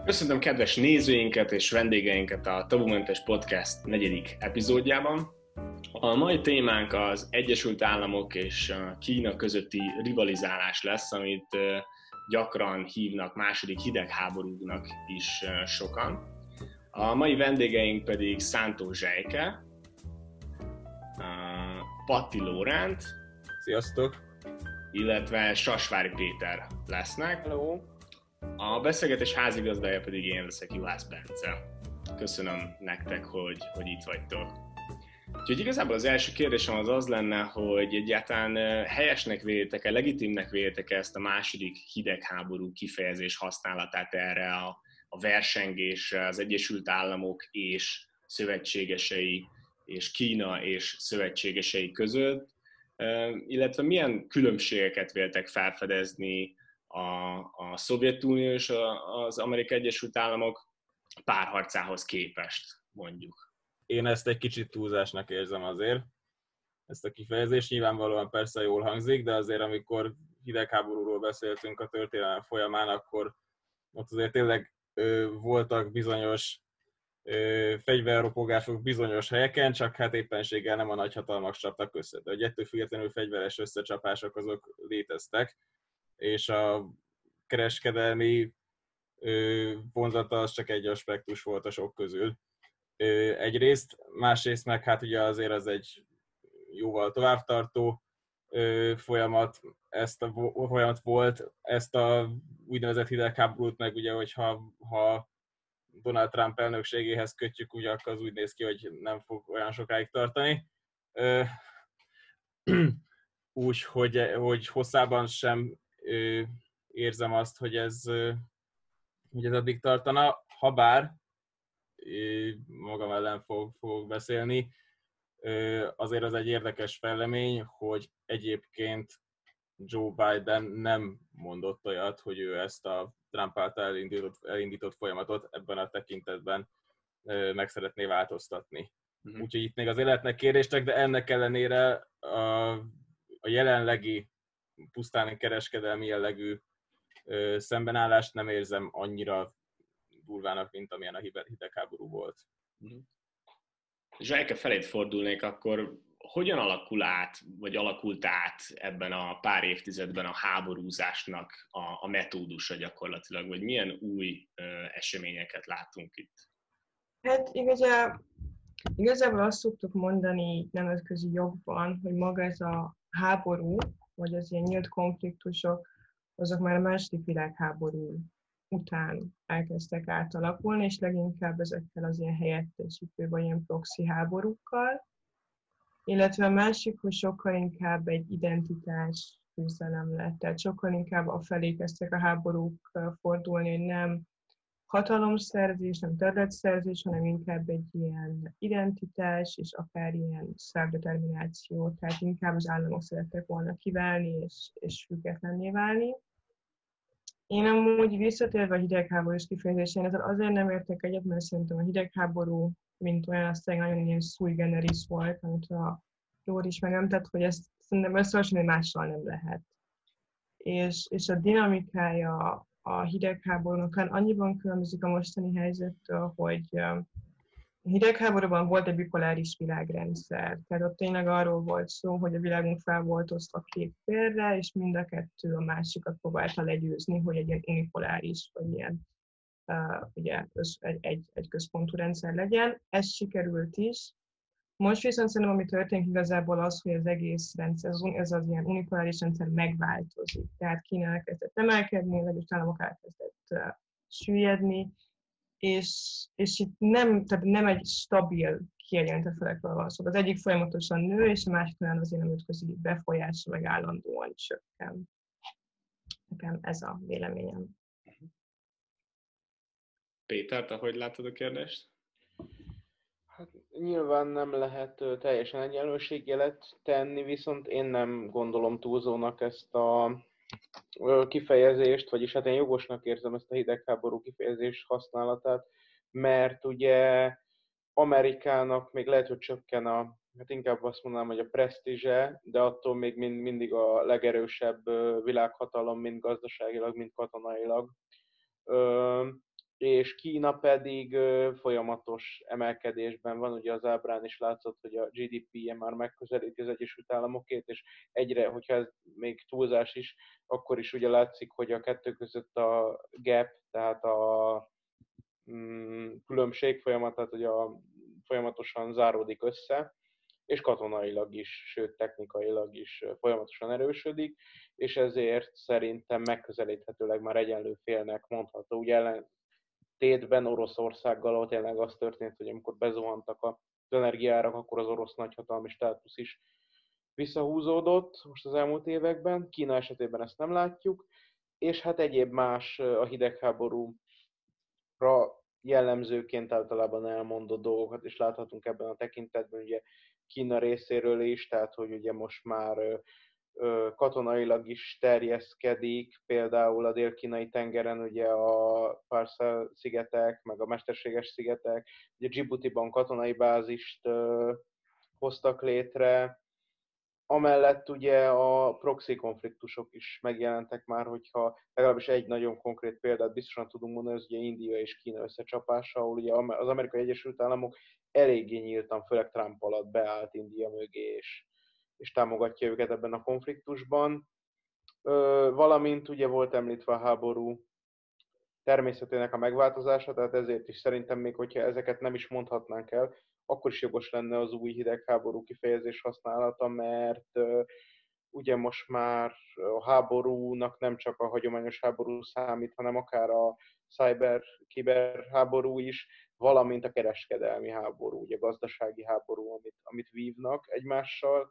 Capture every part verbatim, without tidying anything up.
Köszöntöm kedves nézőinket és vendégeinket a Tabumentes Podcast negyedik epizódjában. A mai témánk az Egyesült Államok és Kína közötti rivalizálás lesz, amit gyakran hívnak második hidegháborúnak is sokan. A mai vendégeink pedig Szántó Zsejke, Patti Lóránt, sziasztok, illetve Sasvári Péter lesznek. Hello. A beszélgetés házigazdája pedig én leszek, Juhász Bence. Köszönöm nektek, hogy, hogy itt vagytok. Úgyhogy igazából az első kérdésem az az lenne, hogy egyáltalán helyesnek vélitek-e, legitimnek vélitek-e ezt a második hidegháború kifejezés használatát erre a, a versengésre az Egyesült Államok és szövetségesei, és Kína és szövetségesei között, illetve milyen különbségeket véltek felfedezni a, a Szovjetunió és az Amerikai Egyesült Államok párharcához képest, mondjuk. Én ezt egy kicsit túlzásnak érzem azért, ezt a kifejezést. Nyilvánvalóan persze jól hangzik, de azért amikor hidegháborúról beszéltünk a történelem folyamán, akkor ott azért tényleg ö, voltak bizonyos ö, fegyverropogások bizonyos helyeken, csak hát éppenséggel nem a nagyhatalmak csaptak össze. De hogy ettől függetlenül fegyveres összecsapások azok léteztek, és a kereskedelmi ö, vonzata az csak egy aspektus volt a sok közül. Ö, egyrészt, másrészt meg hát ugye azért az egy jóval továbbtartó ö, folyamat, ezt a folyamat volt, ezt a úgynevezett hidegháborút meg ugye, hogyha ha Donald Trump elnökségéhez kötjük, ugye akkor az úgy néz ki, hogy nem fog olyan sokáig tartani. Ö, úgy, hogy, hogy hosszában sem ö, érzem azt, hogy ez, hogy ez addig tartana, habár magam ellen fog, fogok beszélni. Azért az egy érdekes fejlemény, hogy egyébként Joe Biden nem mondott olyat, hogy ő ezt a Trump által elindított, elindított folyamatot ebben a tekintetben meg szeretné változtatni. Uh-huh. Úgyhogy itt még azért lehetnek kérdések, de ennek ellenére a, a jelenlegi pusztán kereskedelmi jellegű ö, szembenállást nem érzem annyira durvának, mint amilyen a hidegháború volt. Uh-huh. Zsajka, felét fordulnék, akkor hogyan alakul át, vagy alakult át ebben a pár évtizedben a háborúzásnak a, a metódusa gyakorlatilag, vagy milyen új ö, eseményeket látunk itt? Hát igazából, igazából azt szoktuk mondani nemzetközi jogban, hogy maga ez a háború, vagy az ilyen nyílt konfliktusok, azok már a második világháború után elkezdtek átalakulni, és leginkább ezekkel az ilyen helyettesítő, vagy ilyen proxy háborúkkal. Illetve a másik, hogy sokkal inkább egy identitás küzdelem lett. Tehát sokkal inkább afelé kezdtek a háborúk fordulni, hogy nem hatalomszerzés, nem területszerzés, hanem inkább egy ilyen identitás, és akár ilyen self-determináció. Tehát inkább az államok szerettek volna kiválni, és, és függetlenné válni. Én amúgy visszatérve a hidegháborús kifejezésén, azért nem értek egyet, mert szerintem a hidegháború, mint olyan, aztán nagyon ilyen sui generis volt, amit a Lóri is megemlített, hogy ezt szerintem összehasonlítani mással nem lehet. És, és a dinamikája a hidegháborúnak annyiban különbözik a mostani helyzettől, hogy a hidegháborúban volt egy bipoláris világrendszer. Tehát ott tényleg arról volt szó, hogy a világunk fel volt osztva két félre, és mind a kettő a másikat próbálta legyőzni, hogy egy ilyen unipoláris, vagy ilyen uh, ugye, egy, egy, egy központú rendszer legyen. Ez sikerült is. Most viszont szerintem, ami történik igazából az, hogy az egész rendszer, ez az, ez az ilyen unipoláris rendszer megváltozik. Tehát Kína elkezdett emelkedni, az Egyesült Államok elkezdett uh, süllyedni, és, és itt nem, tehát nem egy stabil, kiegyenlített felekről van szó. Az egyik folyamatosan nő, és a másik olyan az ilyen nemzetközi befolyása meg állandóan csökken. Nekem ez a véleményem. Péter, te hogy látod a kérdést? Hát nyilván nem lehet teljesen egyenlőségjelet tenni, viszont én nem gondolom túlzónak ezt a kifejezést, vagyis hát én jogosnak érzem ezt a hidegháború kifejezés használatát, mert ugye Amerikának még lehet, hogy csökken a, hát inkább azt mondanám, hogy a presztízse, de attól még mind, mindig a legerősebb világhatalom, mind gazdaságilag, mind katonailag. és Kína pedig folyamatos emelkedésben van, ugye az ábrán is látszott, hogy a gé dé pé-je már megközelíti az Egyesült Államokét, és egyre, hogyha ez még túlzás is, akkor is ugye látszik, hogy a kettő között a gap, tehát a mm, különbség folyamat, hogy a, folyamatosan záródik össze, és katonailag is, sőt technikailag is folyamatosan erősödik, és ezért szerintem megközelíthetőleg már egyenlő félnek mondható. Ugye ellentétben Oroszországgal, ahol tényleg az történt, hogy amikor bezuhantak az energiaárak, akkor az orosz nagyhatalmi státusz is visszahúzódott most az elmúlt években. Kína esetében ezt nem látjuk, és hát egyéb más a hidegháborúra jellemzőként általában elmondott dolgokat is láthatunk ebben a tekintetben, ugye Kína részéről is, tehát hogy ugye most már katonailag is terjeszkedik, például a dél-kínai tengeren ugye a Paracel-szigetek, meg a Mesterséges szigetek, ugye Djibouti-ban katonai bázist hoztak létre, amellett ugye a proxy konfliktusok is megjelentek már, hogyha legalábbis egy nagyon konkrét példát biztosan tudunk mondani, az ugye India és Kína összecsapása, ahol ugye az Amerikai Egyesült Államok eléggé nyíltan, főleg Trump alatt beállt India mögé, és, és támogatja őket ebben a konfliktusban. Ö, valamint ugye volt említve a háború természetének a megváltozása, tehát ezért is szerintem még, hogyha ezeket nem is mondhatnánk el, akkor is jogos lenne az új hidegháború kifejezés használata, mert uh, ugye most már a háborúnak nem csak a hagyományos háború számít, hanem akár a cyber, kiberháború is, valamint a kereskedelmi háború, ugye gazdasági háború, amit, amit vívnak egymással,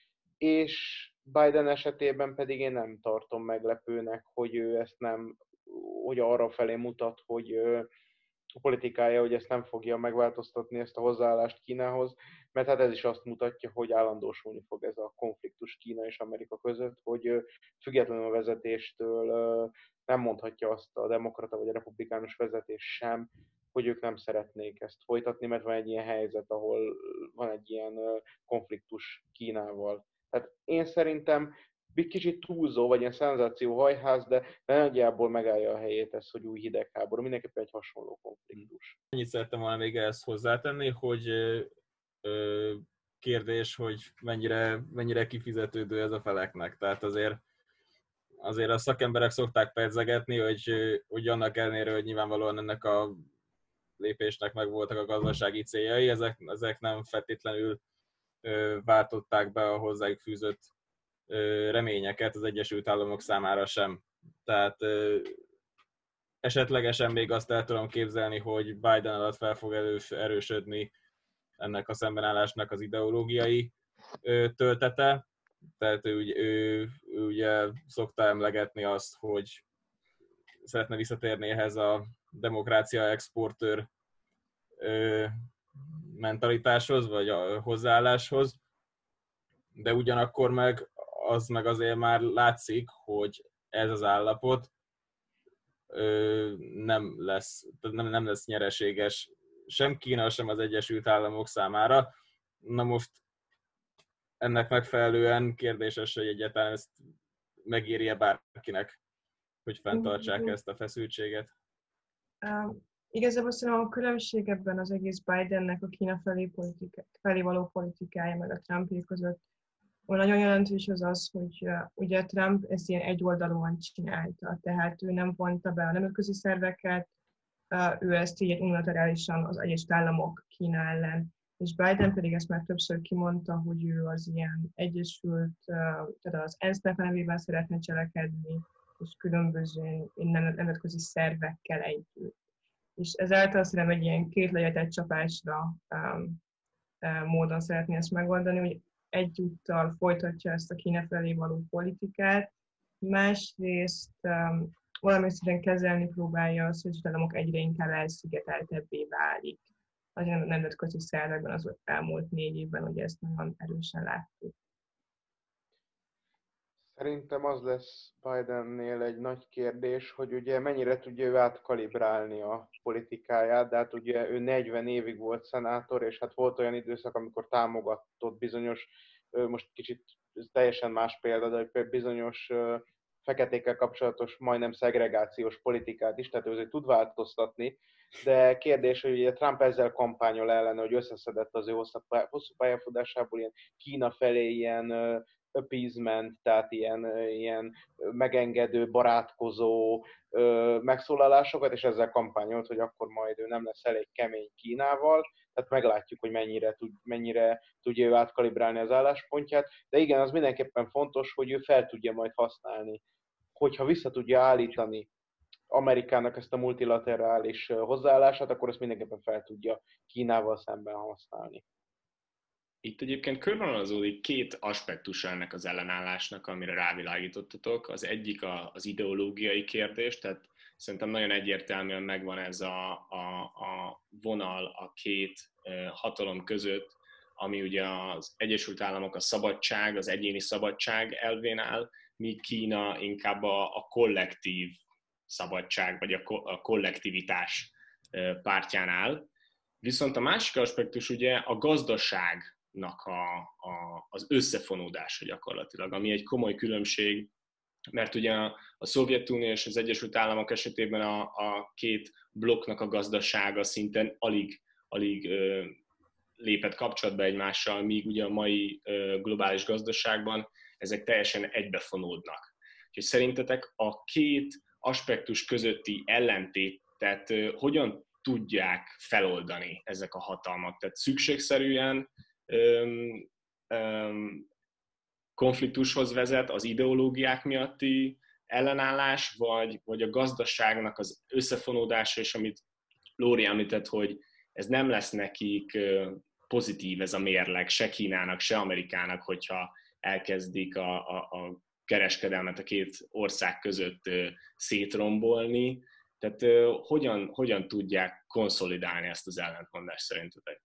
és Biden esetében pedig én nem tartom meglepőnek, hogy ő ezt nem, hogy arra felé mutat, hogy a politikája, hogy ezt nem fogja megváltoztatni, ezt a hozzáállást Kínához, mert hát ez is azt mutatja, hogy állandósulni fog ez a konfliktus Kína és Amerika között, hogy függetlenül a vezetéstől nem mondhatja azt a demokrata vagy a republikánus vezetés sem, hogy ők nem szeretnék ezt folytatni, mert van egy ilyen helyzet, ahol van egy ilyen konfliktus Kínával. Tehát én szerintem kicsit túlzó, vagy ilyen szenzációhajház, de nagyjából megállja a helyét ez, hogy új hidegháború. Mindenképpen egy hasonló konfliktus. Annyit szerettem volna még ezt hozzátenni, hogy ö, kérdés, hogy mennyire, mennyire kifizetődő ez a feleknek. Tehát azért, azért a szakemberek szokták pedzegetni, hogy, hogy annak ellenére, hogy nyilvánvalóan ennek a lépésnek meg voltak a gazdasági céljai, ezek, ezek nem feltétlenül ö, váltották be a hozzájuk fűzött ö, reményeket az Egyesült Államok számára sem. Tehát ö, esetlegesen még azt el tudom képzelni, hogy Biden alatt fel fog elő, erősödni ennek a szembenállásnak az ideológiai ö, töltete. Tehát ő, ő, ő ugye szokta emlegetni azt, hogy szeretne visszatérni ehhez a demokrácia exportőr ö, mentalitáshoz, vagy a hozzáálláshoz, de ugyanakkor meg az meg azért már látszik, hogy ez az állapot ö, nem lesz, nem, nem lesz nyereséges sem Kína, sem az Egyesült Államok számára. Na most ennek megfelelően kérdéses, hogy egyáltalán ezt megéri-e bárkinek, hogy fenntartsák ezt a feszültséget. Uh, igazából szerintem a különbség ebben az egész Bidennek a Kína felé, politika, felé való politikája, meg a Trumpé között, a nagyon jelentős az az, hogy uh, ugye Trump ezt ilyen egyoldalúan csinálta, tehát ő nem vonta be a nemzetközi szerveket, uh, ő ezt így unilaterálisan az Egyesült Államok Kína ellen, és Biden pedig ezt már többször kimondta, hogy ő az ilyen egyesült, uh, tehát az ENSZ-nek nevében szeretne cselekedni, és különböző nemzetközi szervekkel együtt. És ezáltal szerintem egy ilyen kétlegyetett csapásra um, um, módon szeretné ezt megoldani, hogy egyúttal folytatja ezt a Kína felé való politikát, másrészt um, valamilyen szinten kezelni próbálja az, hogy az államok egyre inkább elszigeteltebbé válik. Az nemzetközi szervekben az elmúlt négy évben, ugye ezt nagyon erősen láttuk. Szerintem az lesz Bidennél egy nagy kérdés, hogy ugye mennyire tudja ő átkalibrálni a politikáját, de hát ugye ő negyven évig volt szenátor, és hát volt olyan időszak, amikor támogatott bizonyos, most kicsit teljesen más példa, de bizonyos feketékkel kapcsolatos majdnem szegregációs politikát is, tehát ő azért tud változtatni, de kérdés, hogy ugye Trump ezzel kampányol ellene, hogy összeszedett az ő hosszú pályafutásából ilyen Kína felé ilyen appeasement, tehát ilyen, ilyen megengedő, barátkozó megszólalásokat, és ezzel kampányolt, hogy akkor majd ő nem lesz elég kemény Kínával, tehát meglátjuk, hogy mennyire, tud, mennyire tudja ő átkalibrálni az álláspontját, de igen, az mindenképpen fontos, hogy ő fel tudja majd használni, hogyha vissza tudja állítani Amerikának ezt a multilaterális hozzáállását, akkor ezt mindenképpen fel tudja Kínával szemben használni. Itt egyébként körvonalazódik két aspektusa ennek az ellenállásnak, amire rávilágítottatok. Az egyik az ideológiai kérdés, tehát szerintem nagyon egyértelműen megvan ez a, a, a vonal a két hatalom között, ami ugye az Egyesült Államok a szabadság, az egyéni szabadság elvén áll, míg Kína inkább a, a kollektív szabadság, vagy a, ko, a kollektivitás pártján áll. Viszont a másik aspektus ugye a gazdaságnak a, a, az összefonódása gyakorlatilag, ami egy komoly különbség, mert ugye a, a Szovjetunió és az Egyesült Államok esetében a, a két blokknak a gazdasága szinten alig, alig ö, lépett kapcsolatba egymással, míg ugye a mai ö, globális gazdaságban ezek teljesen egybefonódnak. Úgyhogy szerintetek a két aspektus közötti ellentétet ö, hogyan tudják feloldani ezek a hatalmak? Tehát szükségszerűen öm, öm, konfliktushoz vezet az ideológiák miatti ellenállás, vagy, vagy a gazdaságnak az összefonódása, és amit Lóri említett, hogy ez nem lesz nekik pozitív ez a mérleg, se Kínának, se Amerikának, hogyha elkezdik a, a, a kereskedelmet a két ország között szétrombolni. Tehát uh, hogyan, hogyan tudják konszolidálni ezt az ellentmondást szerintetek?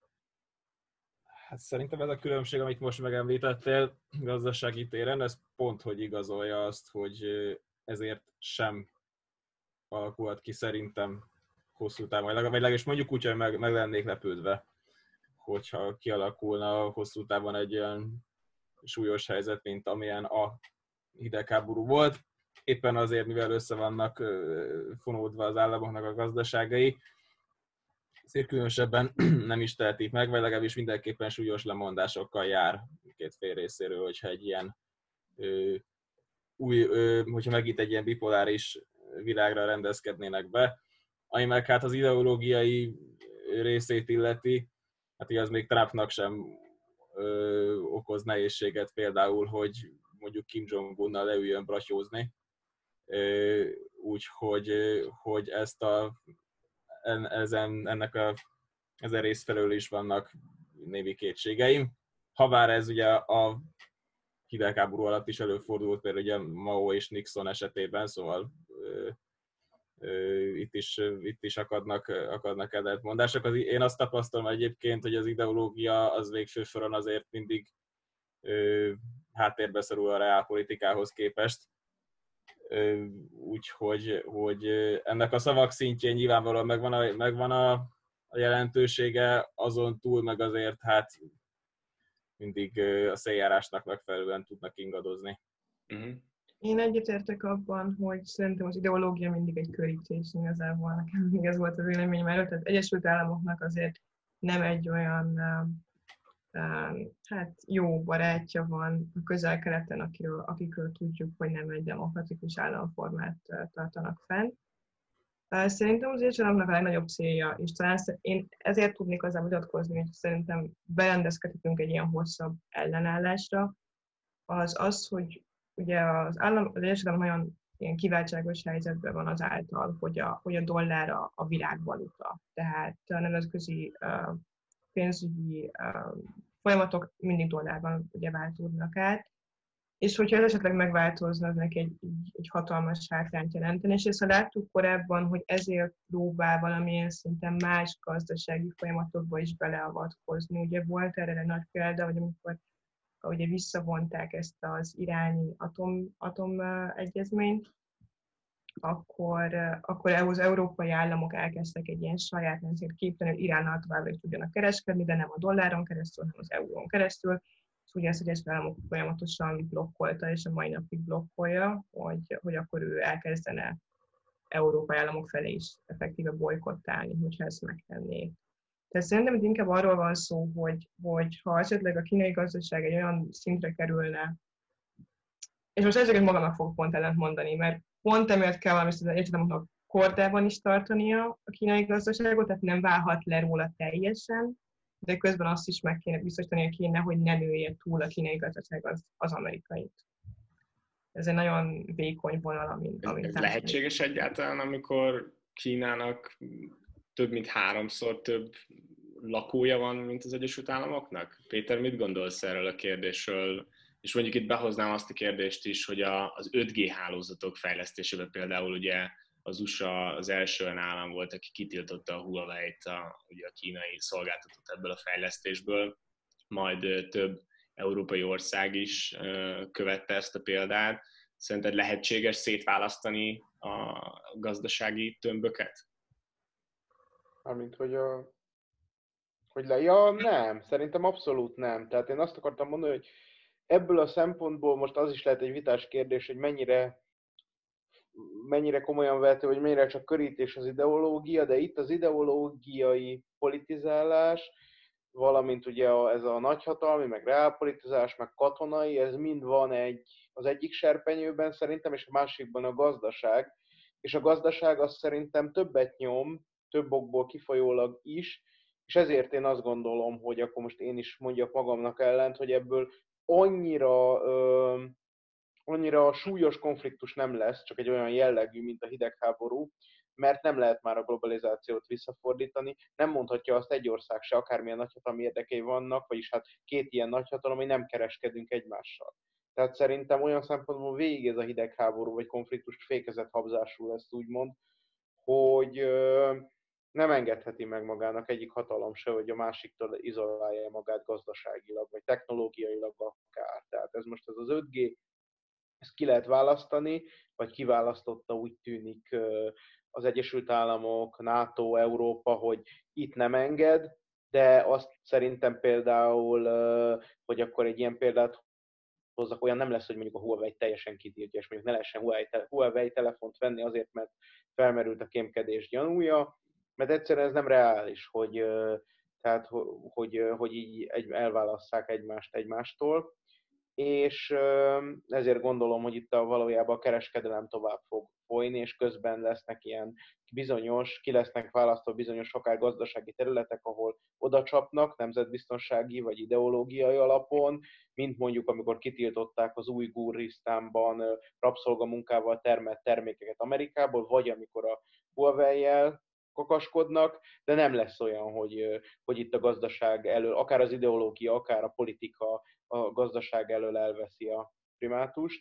Hát szerintem ez a különbség, amit most megemlítettél gazdasági téren, ez pont, hogy igazolja azt, hogy ezért sem alakulhat ki szerintem hosszú távon, vagy legalábbis mondjuk úgy, hogy meg, meg lennék lepődve, hogyha kialakulna hosszú távon egy olyan súlyos helyzet, mint amilyen a hidegháború volt. Éppen azért, mivel össze vannak fonódva az államoknak a gazdaságai, ezért különösebben nem is tehetik meg, vagy legalábbis mindenképpen súlyos lemondásokkal jár két fél részéről, hogyha egy ilyen ö, új, ö, hogyha megint egy ilyen bipoláris világra rendezkednének be, ami meg hát az ideológiai részét illeti, hát így az még Trumpnak sem ö, okoz nehézséget például, hogy mondjuk Kim Jong-unnal leüljön bratyózni, úgyhogy hogy ezt a, ezen, ennek a ezen rész felől is vannak névi kétségeim. Habár ez ugye a hidegháború alatt is előfordult, például ugye Mao és Nixon esetében, szóval ö, ö, itt is, itt is akadnak, akadnak ellentmondások. Az, én azt tapasztalom egyébként, hogy az ideológia az végső soron azért mindig ö, háttérbe szorul a reálpolitikához képest. Úgyhogy hogy ennek a szavak szintjén nyilvánvalóan megvan a, megvan a, a jelentősége, azon túl meg azért hát mindig a széljárásnak megfelelően tudnak ingadozni. Uh-huh. Én egyetértek abban, hogy szerintem az ideológia mindig egy körítés igazából. Nekem még ez volt a véleményem előtt. Az Egyesült Államoknak azért nem egy olyan hát jó barátja van a Közel-Keleten, akikről, akikről tudjuk, hogy nem egy demokratikus államformát tartanak fenn. Szerintem az Egyesült Államoknak a legnagyobb célja, és talán én ezért tudnék azzal mutatkozni, hogy szerintem berendezkedhetünk egy ilyen hosszabb ellenállásra, az az, hogy ugye az, állam, az Egyesült Államok nagyon ilyen kiváltságos helyzetben van azáltal, hogy a, hogy a dollár a, a világvaluta. Tehát a nemzetközi uh, pénzügyi uh, folyamatok mindig dollárban ugye váltódnak át, és hogyha ez esetleg megváltozna, az neki egy, egy hatalmas hátrányt jelenteni, és ezt láttuk korábban, hogy ezért próbál valamilyen szinten más gazdasági folyamatokba is beleavatkozni. Ugye volt erre egy nagy példa, hogy amikor ugye visszavonták ezt az iráni atom, atom egyezményt, akkor, akkor az európai államok elkezdtek egy ilyen saját rendszert képíteni, hogy Iránnal továbbra is tudjanak kereskedni, de nem a dolláron keresztül, hanem az eurón keresztül, ugye ezt Egyesült Államok folyamatosan blokkolta, és a mai napig blokkolja, hogy, hogy akkor ő elkezdene európai államok felé is effektíve bolykottálni, hogyha ezt megtennék. Tehát szerintem itt inkább arról van szó, hogy, hogy ha esetleg a kínai gazdaság egy olyan szintre kerülne, és most ezeket magamnak fogok pont ellent mondani, mert pont emiatt kell valami egyetemeknek kordában is tartania a kínai gazdaságot, tehát nem válhat le róla teljesen, de közben azt is meg kéne biztosítani kéne, hogy ne nője túl a kínai gazdaság az, az amerikait. Ez egy nagyon vékony vonal, amit... Ez, ez lehetséges egyáltalán, amikor Kínának több mint háromszor több lakója van, mint az Egyesült Államoknak? Péter, mit gondolsz erről a kérdésről? És mondjuk itt behoznám azt a kérdést is, hogy a, az öt G hálózatok fejlesztésében például ugye az u es á az első olyan állam volt, aki kitiltotta a Huawei-t, a, ugye a kínai szolgáltatót ebből a fejlesztésből, majd több európai ország is követte ezt a példát. Szerinted lehetséges szétválasztani a gazdasági tömböket? Amint hogy a... Hogy le... Ja, nem. Szerintem abszolút nem. Tehát én azt akartam mondani, hogy ebből a szempontból most az is lehet egy vitás kérdés, hogy mennyire mennyire komolyan vehető, vagy mennyire csak körítés az ideológia, de itt az ideológiai politizálás, valamint ugye ez a nagyhatalmi, meg reálpolitizálás, meg katonai, ez mind van egy, az egyik serpenyőben szerintem, és a másikban a gazdaság. És a gazdaság az szerintem többet nyom, több okból kifolyólag is, és ezért én azt gondolom, hogy akkor most én is mondjak magamnak ellent, hogy ebből annyira... Ö, annyira súlyos konfliktus nem lesz, csak egy olyan jellegű, mint a hidegháború, mert nem lehet már a globalizációt visszafordítani. Nem mondhatja azt egy ország se, akármilyen nagyhatalmi érdekei vannak, vagyis hát két ilyen nagyhatalom, hogy nem kereskedünk egymással. Tehát szerintem olyan szempontból végig ez a hidegháború vagy konfliktus fékezett habzású lesz, úgymond, hogy ö, nem engedheti meg magának egyik hatalom se, hogy a másiktól izolálja magát gazdaságilag, vagy technológiailag akár. Tehát ez most ez az öt G, ezt ki lehet választani, vagy kiválasztotta úgy tűnik az Egyesült Államok, NATO, Európa, hogy itt nem enged, de azt szerintem például, hogy akkor egy ilyen példát hozzak, olyan nem lesz, hogy mondjuk a Huawei teljesen kitiltja, és mondjuk ne lehessen Huawei, Huawei telefont venni azért, mert felmerült a kémkedés gyanúja, mert egyszerűen ez nem reális, hogy, tehát, hogy, hogy így elválasszák egymást egymástól. És ezért gondolom, hogy itt a valójában a kereskedelem tovább fog folyni, és közben lesznek ilyen bizonyos, ki lesznek választva bizonyos akár gazdasági területek, ahol oda csapnak nemzetbiztonsági vagy ideológiai alapon, mint mondjuk amikor kitiltották az Ujgurisztánban rabszolgamunkával termelt termékeket Amerikából, vagy amikor a Huawei-jel kakaskodnak, de nem lesz olyan, hogy, hogy itt a gazdaság elől, akár az ideológia, akár a politika a gazdaság elől elveszi a primátust.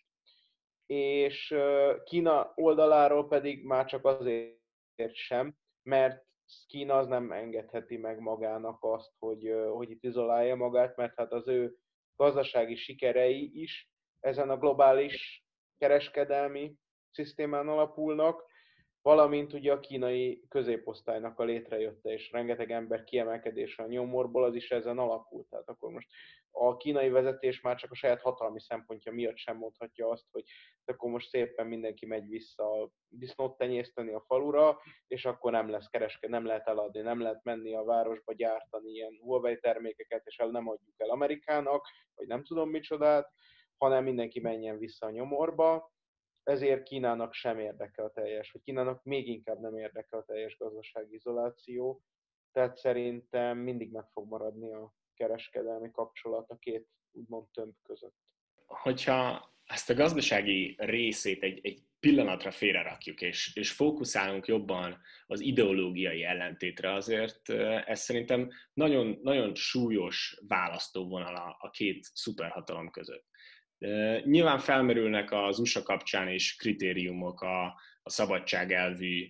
És Kína oldaláról pedig már csak azért sem, mert Kína az nem engedheti meg magának azt, hogy, hogy itt izolálja magát, mert hát az ő gazdasági sikerei is ezen a globális kereskedelmi szisztémán alapulnak, valamint ugye a kínai középosztálynak a létrejötte, és rengeteg ember kiemelkedése a nyomorból, az is ezen alapul. Tehát akkor most a kínai vezetés már csak a saját hatalmi szempontja miatt sem mondhatja azt, hogy akkor most szépen mindenki megy vissza disznót tenyészteni a falura, és akkor nem lesz kereskedni, nem lehet eladni, nem lehet menni a városba gyártani ilyen Huawei termékeket, és el nem adjuk el Amerikának, vagy nem tudom micsodát, hanem mindenki menjen vissza a nyomorba. Ezért Kínának sem érdeke a teljes, vagy Kínának még inkább nem érdeke a teljes gazdasági izoláció. Tehát szerintem mindig meg fog maradni a kereskedelmi kapcsolat a két úgymond tömb között. Hogyha ezt a gazdasági részét egy, egy pillanatra félrerakjuk, és, és fókuszálunk jobban az ideológiai ellentétre, azért ez szerintem nagyon, nagyon súlyos választóvonal a, a két szuperhatalom között. Nyilván felmerülnek az u es á kapcsán is kritériumok a, a szabadságelvű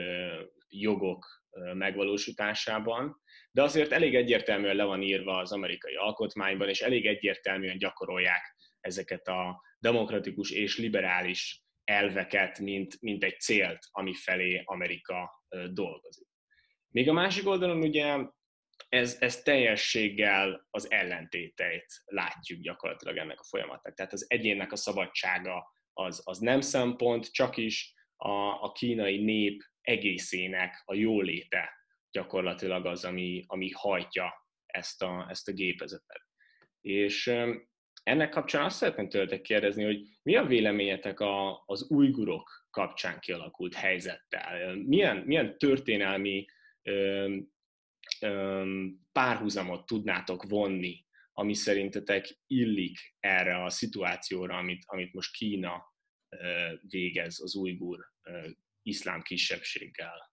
jogok megvalósításában, de azért elég egyértelműen le van írva az amerikai alkotmányban, és elég egyértelműen gyakorolják ezeket a demokratikus és liberális elveket, mint, mint egy célt, ami felé Amerika dolgozik. Még a másik oldalon ugye ez, ez teljességgel az ellentéteit látjuk gyakorlatilag ennek a folyamatnak. Tehát az egyénnek a szabadsága az, az nem szempont, csak is a, a kínai nép egészének a jóléte gyakorlatilag az, ami, ami hajtja ezt a, ezt a gépezetet. És ennek kapcsán azt szeretném tőletek kérdezni, hogy mi a véleményetek a, az ujgurok kapcsán kialakult helyzettel? Milyen, milyen történelmi ö, ö, párhuzamot tudnátok vonni, ami szerintetek illik erre a szituációra, amit, amit most Kína ö, végez az ujgur ö, iszlám kisebbséggel?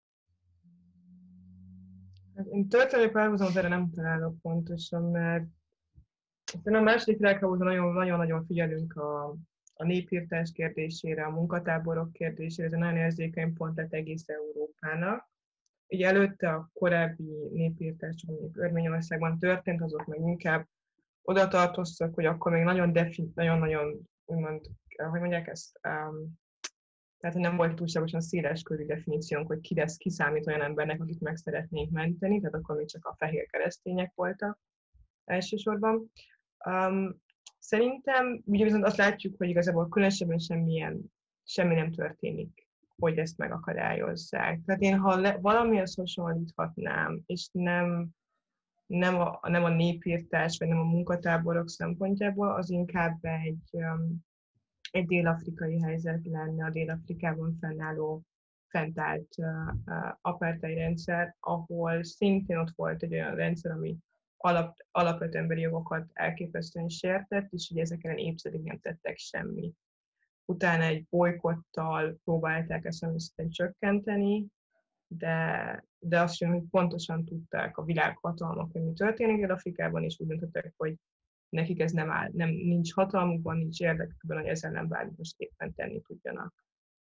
Én történelmi párhuzamot erre nem találok pontosan, mert a második világháborúban nagyon-nagyon figyelünk a, a népírtás kérdésére, a munkatáborok kérdésére, ez egy nagyon érzékeny pont lett egész Európának. Így előtte a korábbi népírtás, amik Örményországban történt, azok meg inkább oda tartoztak, hogy akkor még nagyon defin, nagyon-nagyon, úgymond, hogy mondják ezt, um, tehát nem volt túlságosan széles körű definíciónk, hogy ki lesz, ki számít olyan embernek, akit meg szeretnénk menteni, tehát akkor még csak a fehér keresztények voltak elsősorban. Um, szerintem, ugye viszont azt látjuk, hogy igazából különösebben semmilyen, semmi nem történik, hogy ezt megakadályozzák. Tehát én, ha le, valamihez hasonlíthatnám, és nem, nem, a, nem a népírtás, vagy nem a munkatáborok szempontjából, az inkább egy, um, egy dél-afrikai helyzet lenne, a Dél-Afrikában fennálló, fentállt uh, uh, apartheid rendszer, ahol szintén ott volt egy olyan rendszer, ami alap, alapvető emberi jogokat elképesztően sértett, és ugye ezek ellen évtizedig nem tettek semmit. Utána egy bolykottal próbálták ezt a csökkenteni, de, de azt sem, hogy pontosan tudták a világhatalmak, hogy mi történik Dél-Afrikában, és úgy döntöttek, hogy nekik ez nem áll, nem, nincs hatalmukban, nincs érdekükben, hogy ezzel nem bármit most éppen tenni tudjanak.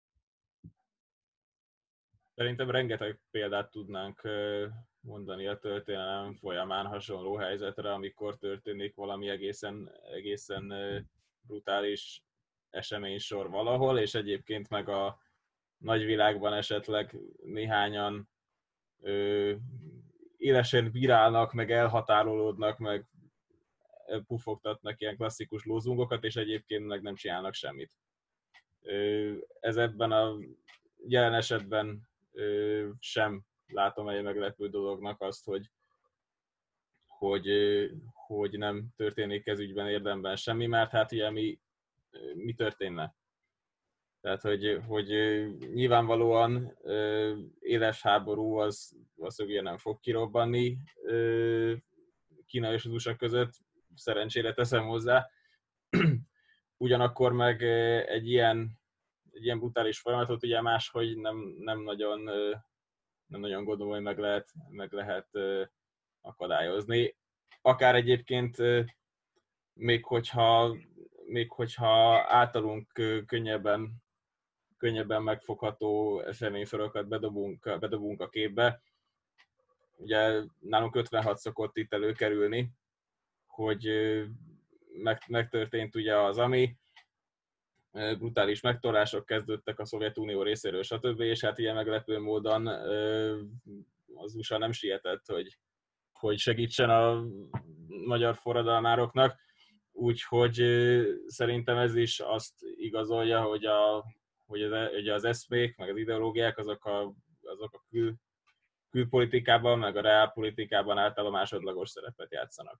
Szerintem rengeteg példát tudnánk mondani a történelem folyamán hasonló helyzetre, amikor történik valami egészen, egészen brutális eseménysor valahol, és egyébként meg a nagyvilágban esetleg néhányan ö, élesen bírálnak, meg elhatárolódnak, meg pufogtatnak ilyen klasszikus lózungokat, és egyébként meg nem csinálnak semmit. Ö, ez ebben a jelen esetben ö, sem látom egy meglepő dolognak azt, hogy, hogy, hogy nem történik ez ügyben érdemben semmi, mert hát ugye mi, mi történne? Tehát, hogy, hogy nyilvánvalóan éles háború az, az ugye nem fog kirobbanni Kína és az u es á között, szerencsére teszem hozzá. Ugyanakkor meg egy ilyen, egy ilyen brutális folyamatot ugye máshogy nem, nem, nagyon, nem nagyon gondolom, hogy meg lehet, meg lehet akadályozni. Akár egyébként még hogyha, még hogyha általunk könnyebben könnyebben megfogható eseménysorokat bedobunk, bedobunk a képbe. Ugye nálunk ötvenhat szokott itt előkerülni, hogy megtörtént ugye az, ami brutális megtorlások kezdődtek a Szovjetunió részéről, stb. És hát ilyen meglepő módon az u es á nem sietett, hogy, hogy segítsen a magyar forradalmároknak. Úgyhogy szerintem ez is azt igazolja, hogy a hogy az, ugye az eszmék, meg az ideológiák, azok a, azok a kül, külpolitikában, meg a reálpolitikában általában másodlagos szerepet játszanak.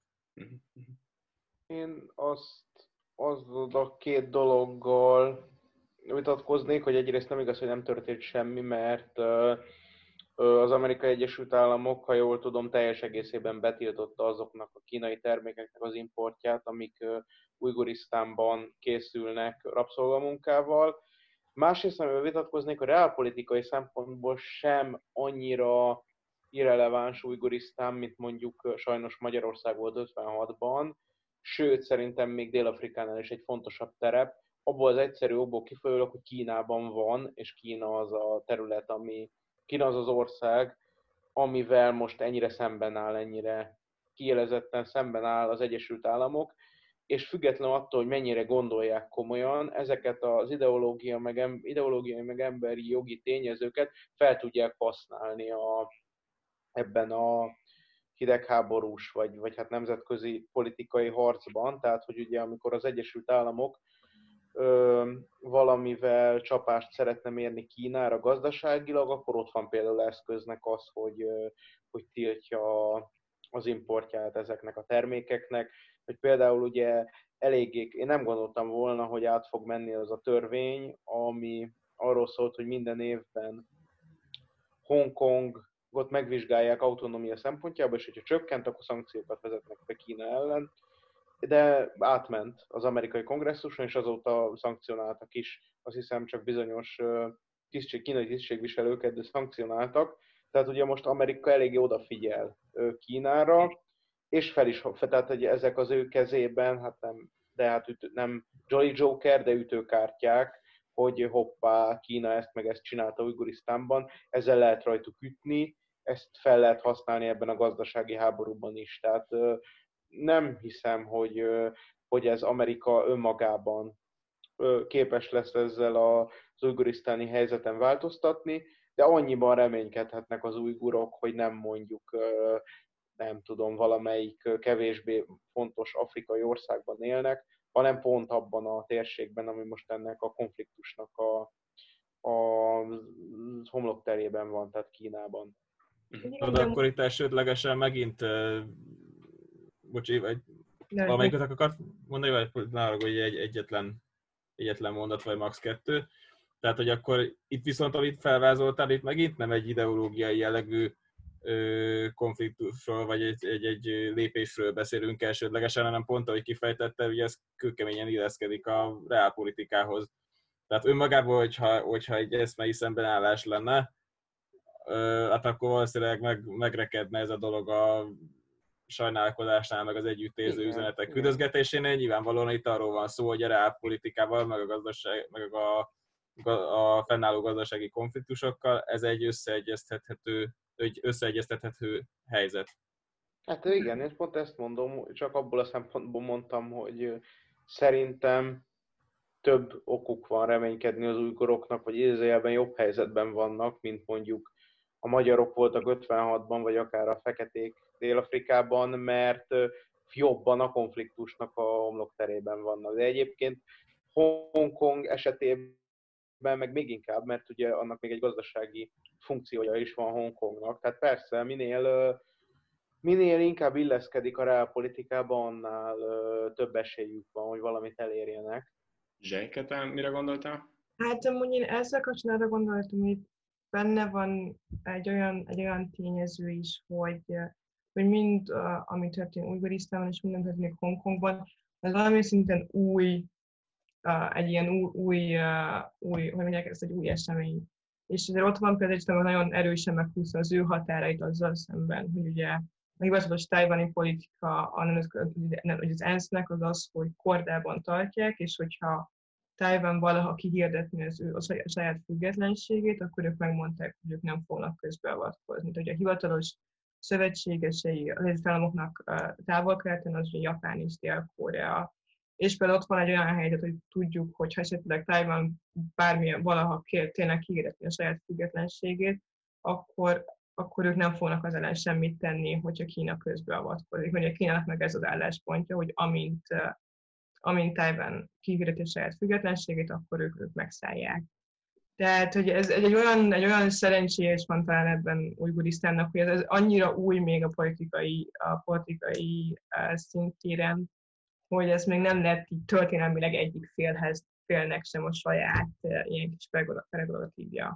Én azt, azt a két dologgal vitatkoznék, hogy egyrészt nem igaz, hogy nem történt semmi, mert az Amerikai Egyesült Államok, ha jól tudom, teljes egészében betiltotta azoknak a kínai termékeknek az importját, amik Ujgurisztánban készülnek rabszolgamunkával. Másrészt, amivel vitatkoznék, a reálpolitikai szempontból sem annyira irreleváns Ujgurisztán, mint mondjuk sajnos Magyarország volt ötvenhatban, sőt, szerintem még Dél-Afrikánál is egy fontosabb terep. Abból az egyszerű okból kifolyólag, hogy Kínában van, és Kína az a terület, ami, Kína az az ország, amivel most ennyire szemben áll, ennyire kiélezetten szemben áll az Egyesült Államok, és függetlenül attól, hogy mennyire gondolják komolyan, ezeket az ideológia meg, ideológiai meg emberi jogi tényezőket fel tudják használni a, ebben a hidegháborús, vagy, vagy hát nemzetközi politikai harcban, tehát hogy ugye amikor az Egyesült Államok ö, valamivel csapást szeretne mérni Kínára gazdaságilag, akkor ott van például eszköznek az, hogy, ö, hogy tiltja az importját ezeknek a termékeknek, hogy például ugye eléggé, én nem gondoltam volna, hogy át fog menni az a törvény, ami arról szólt, hogy minden évben Hongkongot megvizsgálják autonómia szempontjából, és hogyha csökkent, akkor szankciókat vezetnek be Kína ellen, de átment az amerikai kongresszuson, és azóta szankcionáltak is, azt hiszem csak bizonyos tisztség, kínai tisztségviselőket, de szankcionáltak, tehát ugye most Amerika eléggé odafigyel Kínára, és fel is, tehát hogy ezek az ő kezében, hát nem, de hát ütő, nem Jolly Joker, de ütőkártyák, hogy hoppá, Kína ezt meg ezt csinálta Ujgurisztánban, ezzel lehet rajtuk ütni, ezt fel lehet használni ebben a gazdasági háborúban is. Tehát nem hiszem, hogy, hogy ez Amerika önmagában képes lesz ezzel az ujgurisztáni helyzeten változtatni, de annyiban reménykedhetnek az ujgurok, hogy nem mondjuk, nem tudom, valamelyik kevésbé fontos afrikai országban élnek, hanem pont abban a térségben, ami most ennek a konfliktusnak a, a homlokterében van, tehát Kínában. De akkor itt elsődlegesen megint, uh, bocsi, vagy valamelyiket akart mondani, vagy nálam, hogy egy egyetlen, egyetlen mondat, vagy max. kettő. Tehát, hogy akkor itt viszont, amit felvázoltál, itt megint nem egy ideológiai jellegű ö, konfliktusról, vagy egy, egy, egy lépésről beszélünk elsődlegesen, hanem pont, ahogy kifejtette, hogy ez kőkeményen illeszkedik a reálpolitikához. Tehát önmagában, hogyha, hogyha egy eszmei szembenállás lenne, ö, hát akkor valószínűleg meg, megrekedne ez a dolog a sajnálkozásnál, meg az együttérző igen, üzenetek igen. küldözgetésénél. Nyilvánvalóan itt arról van szó, hogy a reálpolitikával, meg a gazdaság, meg a, a fennálló gazdasági konfliktusokkal ez egy összeegyeztethető, egy összeegyeztethető helyzet. Hát igen, én pont ezt mondom, csak abból a szempontból mondtam, hogy szerintem több okuk van reménykedni az ujguroknak, vagy idézőjelben jobb helyzetben vannak, mint mondjuk a magyarok voltak ötvenhatban, vagy akár a feketék Dél-Afrikában, mert jobban a konfliktusnak a homlokterében vannak. De egyébként Hongkong esetében meg még inkább, mert ugye annak még egy gazdasági funkciója is van Hongkongnak. Tehát persze, minél, minél inkább illeszkedik a reálpolitikába, annál több esélyük van, hogy valamit elérjenek. Zsejke, te mire gondoltál? Hát amúgy én ezzel kapcsolatban gondoltam, hogy benne van egy olyan, egy olyan tényező is, hogy, hogy mind, uh, ami történik Ujgurisztánban és minden történik Hongkongban, az valami szinten új, uh, egy ilyen új, új, uh, új, hogy mondják ezt, egy új esemény. És azért ott van például, hogy nagyon erősen meghúzza az ő határait azzal szemben, hogy ugye a hivatalos tájvani politika, hogy az ENSZ-nek az az, hogy kordában tartják, és hogyha Tájván valaha kihirdetni az ő a saját függetlenségét, akkor ők megmondták, hogy ők nem fognak közbeavatkozni. Tehát, hogy a hivatalos szövetségesei az Egyesült Államoknak távol-keleten, az ugye Japán és Dél-Korea. És például ott van egy olyan helyzet, hogy tudjuk, hogy ha esetleg Tájván bármilyen valaha kér tényleg kihirdetni a saját függetlenségét, akkor, akkor ők nem fognak az ellen semmit tenni, hogyha Kína közbeavatkozik. Ugye Kínának meg ez az álláspontja, hogy amint amint Tájván kihirdeti a saját függetlenségét, akkor ők, ők megszállják. Tehát, hogy ez egy olyan, egy olyan szerencsés van talán ebben Ujgurisztánnak, hogy ez, ez annyira új még a politikai, a politikai uh, szintéren, hogy ez még nem lett így történelmileg egyik félhez, félnek sem a saját uh, ilyen kis prerogatívja.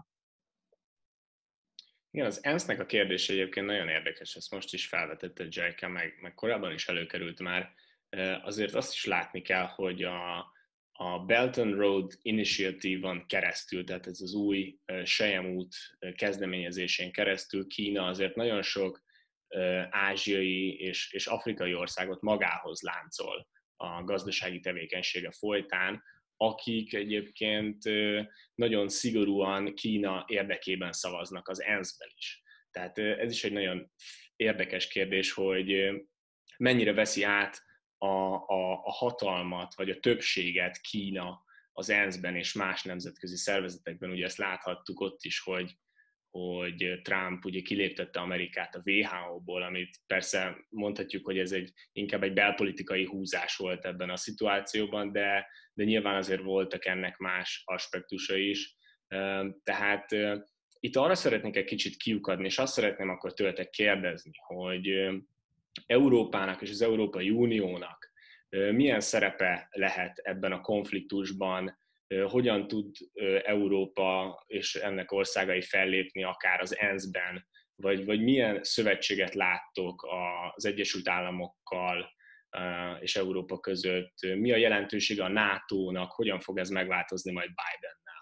Igen, az ENSZ-nek a kérdése egyébként nagyon érdekes, ezt most is felvetette Zsejke, meg, meg korábban is előkerült már. Azért azt is látni kell, hogy a, a Belt and Road Initiative-on keresztül, tehát ez az új selyemút kezdeményezésén keresztül Kína azért nagyon sok ázsiai és, és afrikai országot magához láncol a gazdasági tevékenysége folytán, akik egyébként nagyon szigorúan Kína érdekében szavaznak az ENSZ-ben is. Tehát ez is egy nagyon érdekes kérdés, hogy mennyire veszi át A, a, a hatalmat, vagy a többséget Kína az ENSZ-ben és más nemzetközi szervezetekben. Ugye ezt láthattuk ott is, hogy, hogy Trump ugye kiléptette Amerikát a vé há ó-ból, amit persze mondhatjuk, hogy ez egy, inkább egy belpolitikai húzás volt ebben a szituációban, de, de nyilván azért voltak ennek más aspektusai is. Tehát itt arra szeretnék egy kicsit kiukadni, és azt szeretném akkor tőletek kérdezni, hogy Európának és az Európai Uniónak milyen szerepe lehet ebben a konfliktusban, hogyan tud Európa és ennek országai fellépni akár az é en es ben, vagy, vagy milyen szövetséget láttok az Egyesült Államokkal és Európa között, mi a jelentősége a nátónak, hogyan fog ez megváltozni majd Bidennel?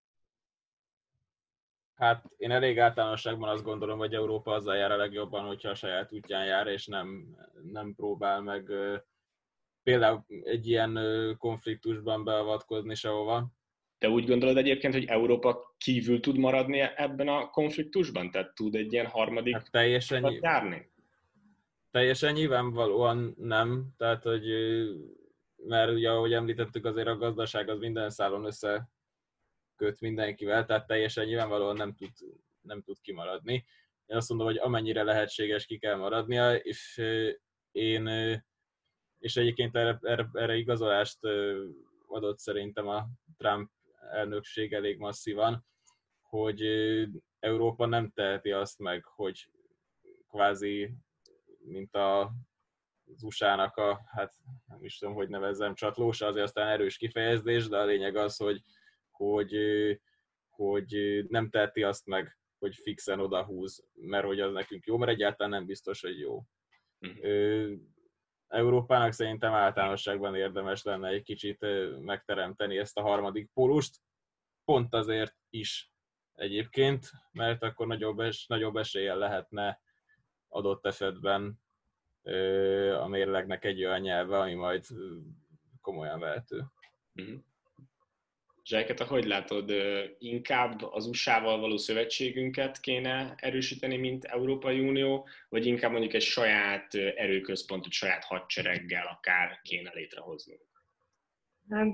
Hát én elég általánosságban azt gondolom, hogy Európa azzal jár a legjobban, hogyha a saját útján jár, és nem, nem próbál meg például egy ilyen konfliktusban beavatkozni sehova. De úgy gondolod egyébként, hogy Európa kívül tud maradni ebben a konfliktusban? Tehát tud egy ilyen harmadik hát teljesen, járni? Teljesen nyilvánvalóan nem. Tehát, hogy mert ugye, ahogy említettük, azért a gazdaság az minden szálon összeköt mindenkivel, tehát teljesen nyilvánvalóan nem tud, nem tud kimaradni. Én azt mondom, hogy amennyire lehetséges, ki kell maradnia, és én és egyébként erre, erre, erre igazolást adott szerintem a Trump elnökség elég masszívan, hogy Európa nem teheti azt meg, hogy kvázi, mint a, az u es á-nak a, hát nem is tudom, hogy nevezzem, csatlósa, azért aztán erős kifejezés, de a lényeg az, hogy, hogy, hogy nem teheti azt meg, hogy fixen odahúz, mert hogy az nekünk jó, mert egyáltalán nem biztos, hogy jó. Mm. Európának szerintem általánosságban érdemes lenne egy kicsit megteremteni ezt a harmadik pólust, pont azért is egyébként, mert akkor nagyobb, es, nagyobb eséllyel lehetne adott esetben a mérlegnek egy olyan nyelve, ami majd komolyan vehető. Mm-hmm. Zsájketa, hogy látod, inkább az u es á-val való szövetségünket kéne erősíteni, mint Európai Unió, vagy inkább mondjuk egy saját erőközpontot, saját hadsereggel akár kéne létrehoznunk? Hát,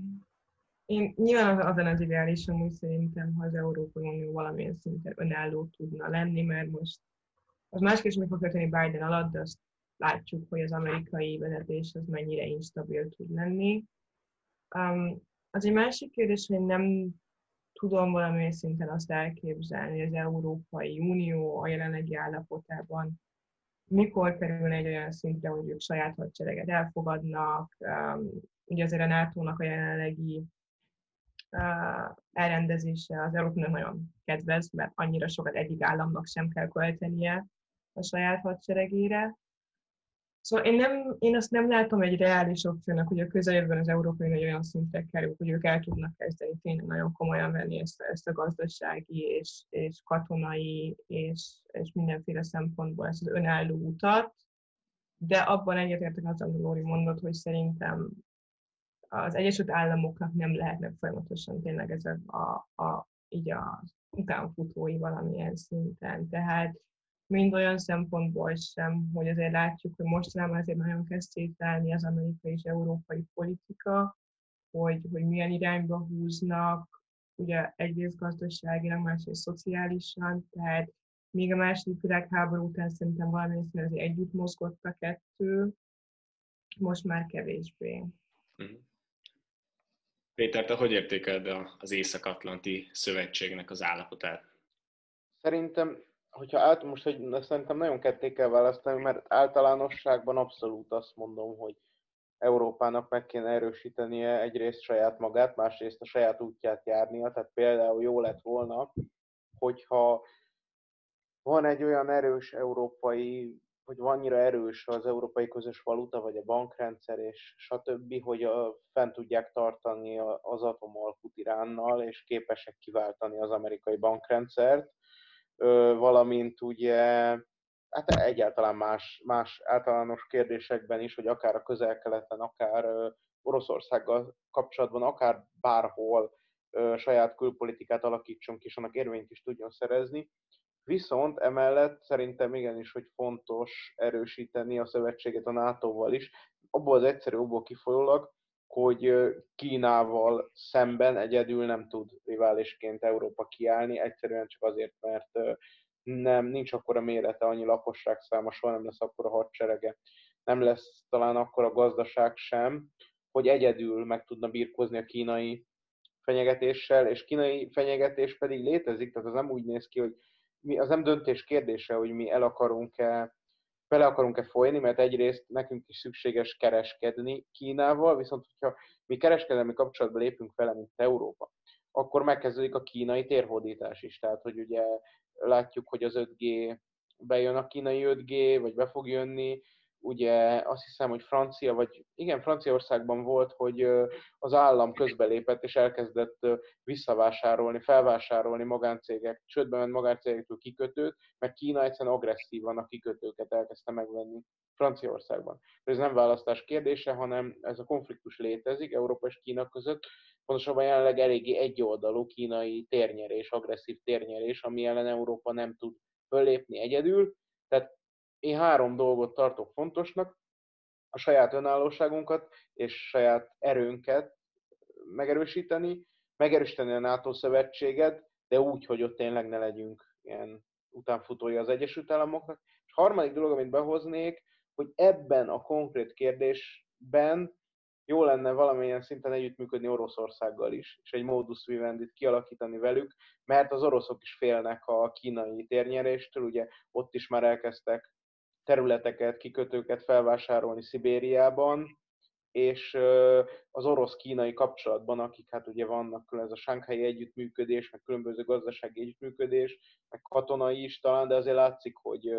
én nyilván az az ideális, amúgy szerintem, ha az Európai Unió valamilyen szinten önálló tudna lenni, mert most az más kérdés, hogy fog történni Biden alatt, de azt látjuk, hogy az amerikai vezetés az mennyire instabil tud lenni. Um, Az egy másik kérdés, hogy nem tudom valamilyen szinten azt elképzelni, hogy az Európai Unió a jelenlegi állapotában mikor kerülne egy olyan szintre, hogy ők saját hadsereget elfogadnak. Ugye azért a nátónak a jelenlegi elrendezése az Európának nagyon kedvez, mert annyira sokat egyik államnak sem kell költenie a saját hadseregére. Szóval én, nem, én azt nem látom egy reális opciónak, hogy a közeljövőben az Európai Unió olyan szintre kerül, hogy ők el tudnak kezdeni tényleg nagyon komolyan venni ezt, ezt a gazdasági és, és katonai és, és mindenféle szempontból ezt az önálló utat. De abban egyetértek az, amit Lóri mondott, hogy szerintem az Egyesült Államoknak nem lehetnek folyamatosan tényleg ezek a, a, így az utánfutói valamilyen szinten. Tehát mind olyan szempontból sem, hogy azért látjuk, hogy mostanában azért nagyon kezd szétválni az amerikai és európai politika, hogy, hogy milyen irányba húznak, ugye egyrészt gazdaságilag, másrészt szociálisan, tehát még a második világháború után szerintem valamilyen szinten azért együtt mozgott a kettő, most már kevésbé. Péter, te hogy értékeled az Észak-Atlanti Szövetségnek az állapotát? Szerintem hogyha át, most hogy szerintem nagyon ketté kell választani, mert általánosságban abszolút azt mondom, hogy Európának meg kéne erősítenie egyrészt saját magát, másrészt a saját útját járnia, tehát például jó lett volna, hogyha van egy olyan erős európai, hogy van annyira erős az európai közös valuta, vagy a bankrendszer, és stb., hogy a, fent tudják tartani az atomalkut Iránnal, és képesek kiváltani az amerikai bankrendszert, valamint ugye hát egyáltalán más, más általános kérdésekben is, hogy akár a Közel-Keleten, akár Oroszországgal kapcsolatban, akár bárhol saját külpolitikát alakítson ki, és annak érvényt is tudjon szerezni. Viszont emellett szerintem igenis, hogy fontos erősíteni a szövetséget a nátóval is, abból az egyszerű okból kifolyólag, hogy Kínával szemben egyedül nem tud riválisként Európa kiállni, egyszerűen csak azért, mert nem, nincs akkora mérete, annyi lakosságszáma, soha nem lesz akkora hadserege, nem lesz talán akkora gazdaság sem, hogy egyedül meg tudna birkózni a kínai fenyegetéssel, és kínai fenyegetés pedig létezik, tehát az nem úgy néz ki, hogy mi, az nem döntés kérdése, hogy mi el akarunk-e, bele akarunk-e folyni, mert egyrészt nekünk is szükséges kereskedni Kínával, viszont hogyha mi kereskedelmi kapcsolatba lépünk vele, mint Európa, akkor megkezdődik a kínai térhódítás is. Tehát, hogy ugye látjuk, hogy az öt G bejön a kínai öt G, vagy be fog jönni. Ugye azt hiszem, hogy Francia, vagy igen, Franciaországban volt, hogy az állam közbelépett és elkezdett visszavásárolni, felvásárolni magáncégek, csődbe ment magáncégektől kikötőt, mert Kína egyszerűen agresszívan a kikötőket elkezdte megvenni Franciaországban. Ez nem választás kérdése, hanem ez a konfliktus létezik Európa és Kína között. Pontosabban jelenleg eléggé egyoldalú kínai térnyerés, agresszív térnyerés, ami ellen Európa nem tud föllépni egyedül. Tehát én három dolgot tartok fontosnak, a saját önállóságunkat és saját erőnket megerősíteni, megerősíteni a NATO szövetséget, de úgy, hogy ott tényleg ne legyünk ilyen utánfutója az Egyesült Államoknak. És a harmadik dolog, amit behoznék, hogy ebben a konkrét kérdésben jó lenne valamilyen szinten együttműködni Oroszországgal is, és egy modus vivendit kialakítani velük, mert az oroszok is félnek a kínai térnyeréstől, ugye ott is már elkezdtek területeket, kikötőket felvásárolni Szibériában, és az orosz-kínai kapcsolatban, akik hát ugye vannak külön ez a sánghái együttműködés, meg különböző gazdasági együttműködés, meg katonai is talán, de azért látszik, hogy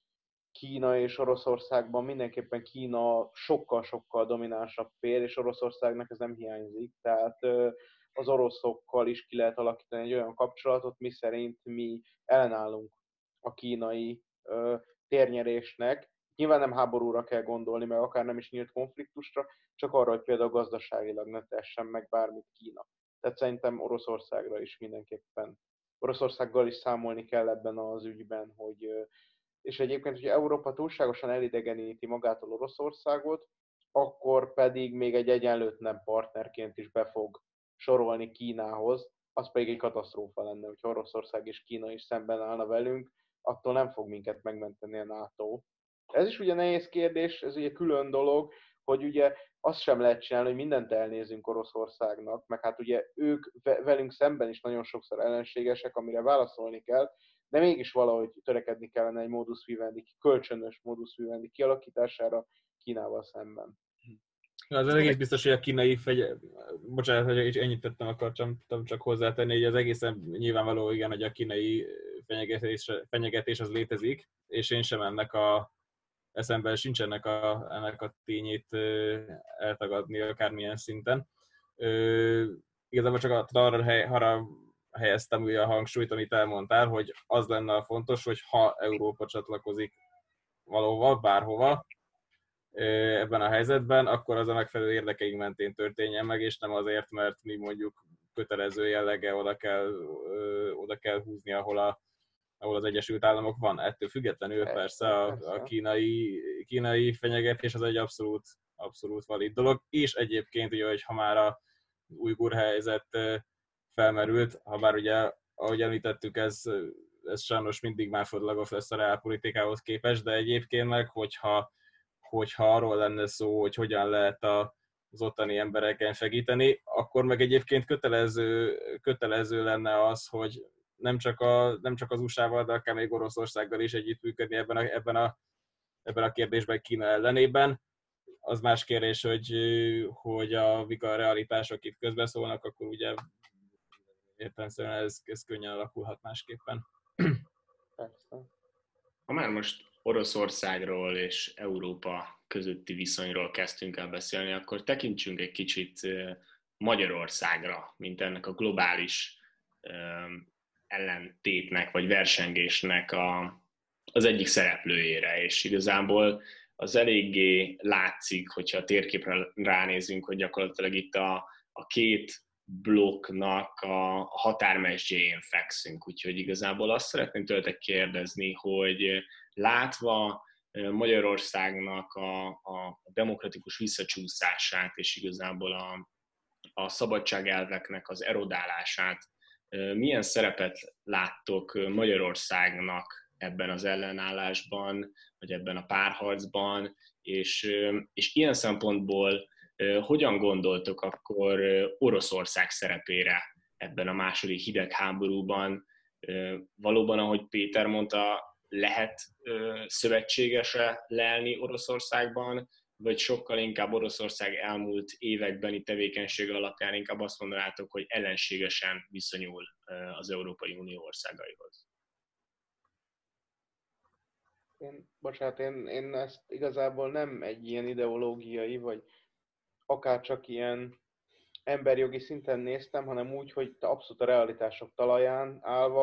Kína és Oroszországban mindenképpen Kína sokkal-sokkal dominánsabb fél, és Oroszországnak ez nem hiányzik, tehát az oroszokkal is ki lehet alakítani egy olyan kapcsolatot, miszerint mi ellenállunk a kínai térnyerésnek. Nyilván nem háborúra kell gondolni, meg akár nem is nyílt konfliktusra, csak arra, hogy például gazdaságilag ne tessen meg bármit Kína. Tehát szerintem Oroszországra is mindenképpen. Oroszországgal is számolni kell ebben az ügyben, hogy és egyébként, hogyha Európa túlságosan elidegeníti magától Oroszországot, akkor pedig még egy egyenlőtlen partnerként is be fog sorolni Kínához, az pedig egy katasztrófa lenne, hogy Oroszország és Kína is szemben állna velünk, attól nem fog minket megmenteni a NATO. Ez is ugye nehéz kérdés, ez ugye külön dolog, hogy ugye azt sem lehet csinálni, hogy mindent elnézünk Oroszországnak, meg hát ugye ők velünk szemben is nagyon sokszor ellenségesek, amire válaszolni kell, de mégis valahogy törekedni kellene egy modus vivendi, kölcsönös modus vivendi kialakítására Kínával szemben. Az egész biztos, hogy a kínai fegy... Bocsánat, hogy ennyit tettem, akartam csak hozzátenni, hogy az egészen nyilvánvaló, igen, hogy a kínai fenyegetés, fenyegetés az létezik, és én sem ennek a eszemben sincs ennek a, ennek a tényét eltagadni akármilyen szinten. Igazából csak arra, hely, arra helyeztem a hangsúlyt, amit elmondtál, hogy az lenne a fontos, hogy ha Európa csatlakozik valahova, bárhova ebben a helyzetben, akkor az a megfelelő érdekeink mentén történjen meg, és nem azért, mert mi mondjuk kötelező jelleggel oda kell, oda kell húzni, ahol, a, ahol az Egyesült Államok van. Ettől függetlenül persze, persze a, a kínai, kínai fenyegetés az egy abszolút, abszolút valid dolog, és egyébként, ugye, hogy ha már a ujgur helyzet felmerült, ha bár ugye, ahogy említettük, ez, ez sajnos mindig másodlagos lesz a reálpolitikához képest, de egyébként meg, hogyha, hogyha arról lenne szó, hogy hogyan lehet a, az ottani embereken segíteni, akkor meg egyébként kötelező, kötelező lenne az, hogy nem csak, a, nem csak az u es á-val, de akár még Oroszországgal is együttműködni ebben a, ebben a, ebben a kérdésben Kína ellenében. Az más kérdés, hogy, hogy a, a realitások itt közbeszólnak, akkor ugye értelemszerűen ez, ez könnyen alakulhat másképpen. Ha már most Oroszországról és Európa közötti viszonyról kezdtünk el beszélni, akkor tekintsünk egy kicsit Magyarországra, mint ennek a globális ellentétnek vagy versengésnek a, az egyik szereplőjére, és igazából az eléggé látszik, hogyha a térképre ránézünk, hogy gyakorlatilag itt a, a két blokknak a határmesdjéjén fekszünk. Úgyhogy igazából azt szeretném tőletek kérdezni, hogy látva Magyarországnak a, a demokratikus visszacsúszását, és igazából a, a szabadságelveknek az erodálását. Milyen szerepet láttok Magyarországnak ebben az ellenállásban, vagy ebben a párharcban, és, és ilyen szempontból hogyan gondoltok akkor Oroszország szerepére ebben a második hidegháborúban? Valóban, ahogy Péter mondta, lehet szövetségese lelni Oroszországban, vagy sokkal inkább Oroszország elmúlt évekbeni tevékenysége alapján inkább azt mondanátok, hogy ellenségesen viszonyul az Európai Unió országaihoz? Én, bocsánat, én, én ezt igazából nem egy ilyen ideológiai, vagy akár csak ilyen emberjogi szinten néztem, hanem úgy, hogy abszolút a realitások talaján állva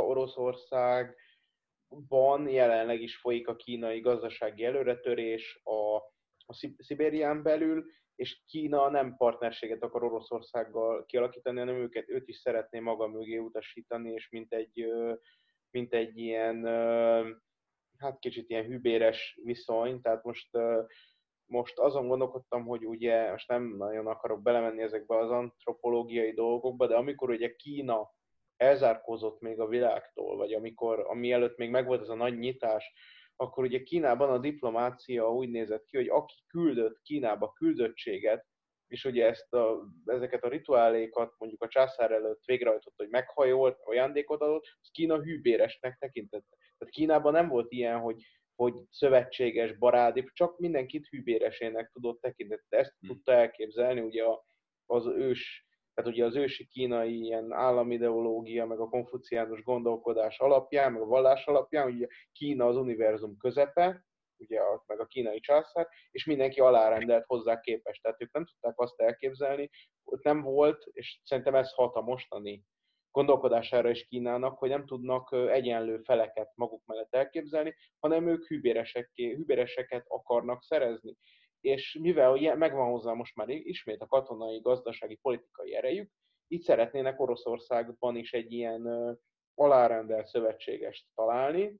Oroszországban jelenleg is folyik a kínai gazdasági előretörés a, a Szibérián belül, és Kína nem partnerséget akar Oroszországgal kialakítani, hanem őket, őt is szeretné maga mögé utasítani, és mint egy, mint egy ilyen, hát kicsit ilyen hűbéres viszony, tehát most Most azon gondolkodtam, hogy ugye, most nem nagyon akarok belemenni ezekbe az antropológiai dolgokba, de amikor ugye Kína elzárkózott még a világtól, vagy amikor, ami előtt még megvolt ez a nagy nyitás, akkor ugye Kínában a diplomácia úgy nézett ki, hogy aki küldött Kínába küldöttséget, és ugye ezt a, ezeket a rituálékat mondjuk a császár előtt végrehajtott, hogy meghajolt, ajándékot adott, az Kína hűbéresnek tekintette. Tehát Kínában nem volt ilyen, hogy hogy szövetséges, barádi, csak mindenkit hűbéresének tudott tekinteni. De ezt tudta elképzelni ugye az ős, tehát ugye az ősi kínai ilyen államideológia, meg a konfuciánus gondolkodás alapján, meg a vallás alapján, ugye Kína az univerzum közepe, ugye meg a kínai császár, és mindenki alárendelt hozzá képest. Tehát ők nem tudták azt elképzelni, ott nem volt, és szerintem ez hat a mostani gondolkodására is Kínának, hogy nem tudnak egyenlő feleket maguk mellett elképzelni, hanem ők hűbéreseket akarnak szerezni. És mivel megvan hozzá most már ismét a katonai, gazdasági, politikai erejük, így szeretnének Oroszországban is egy ilyen alárendelt szövetségest találni,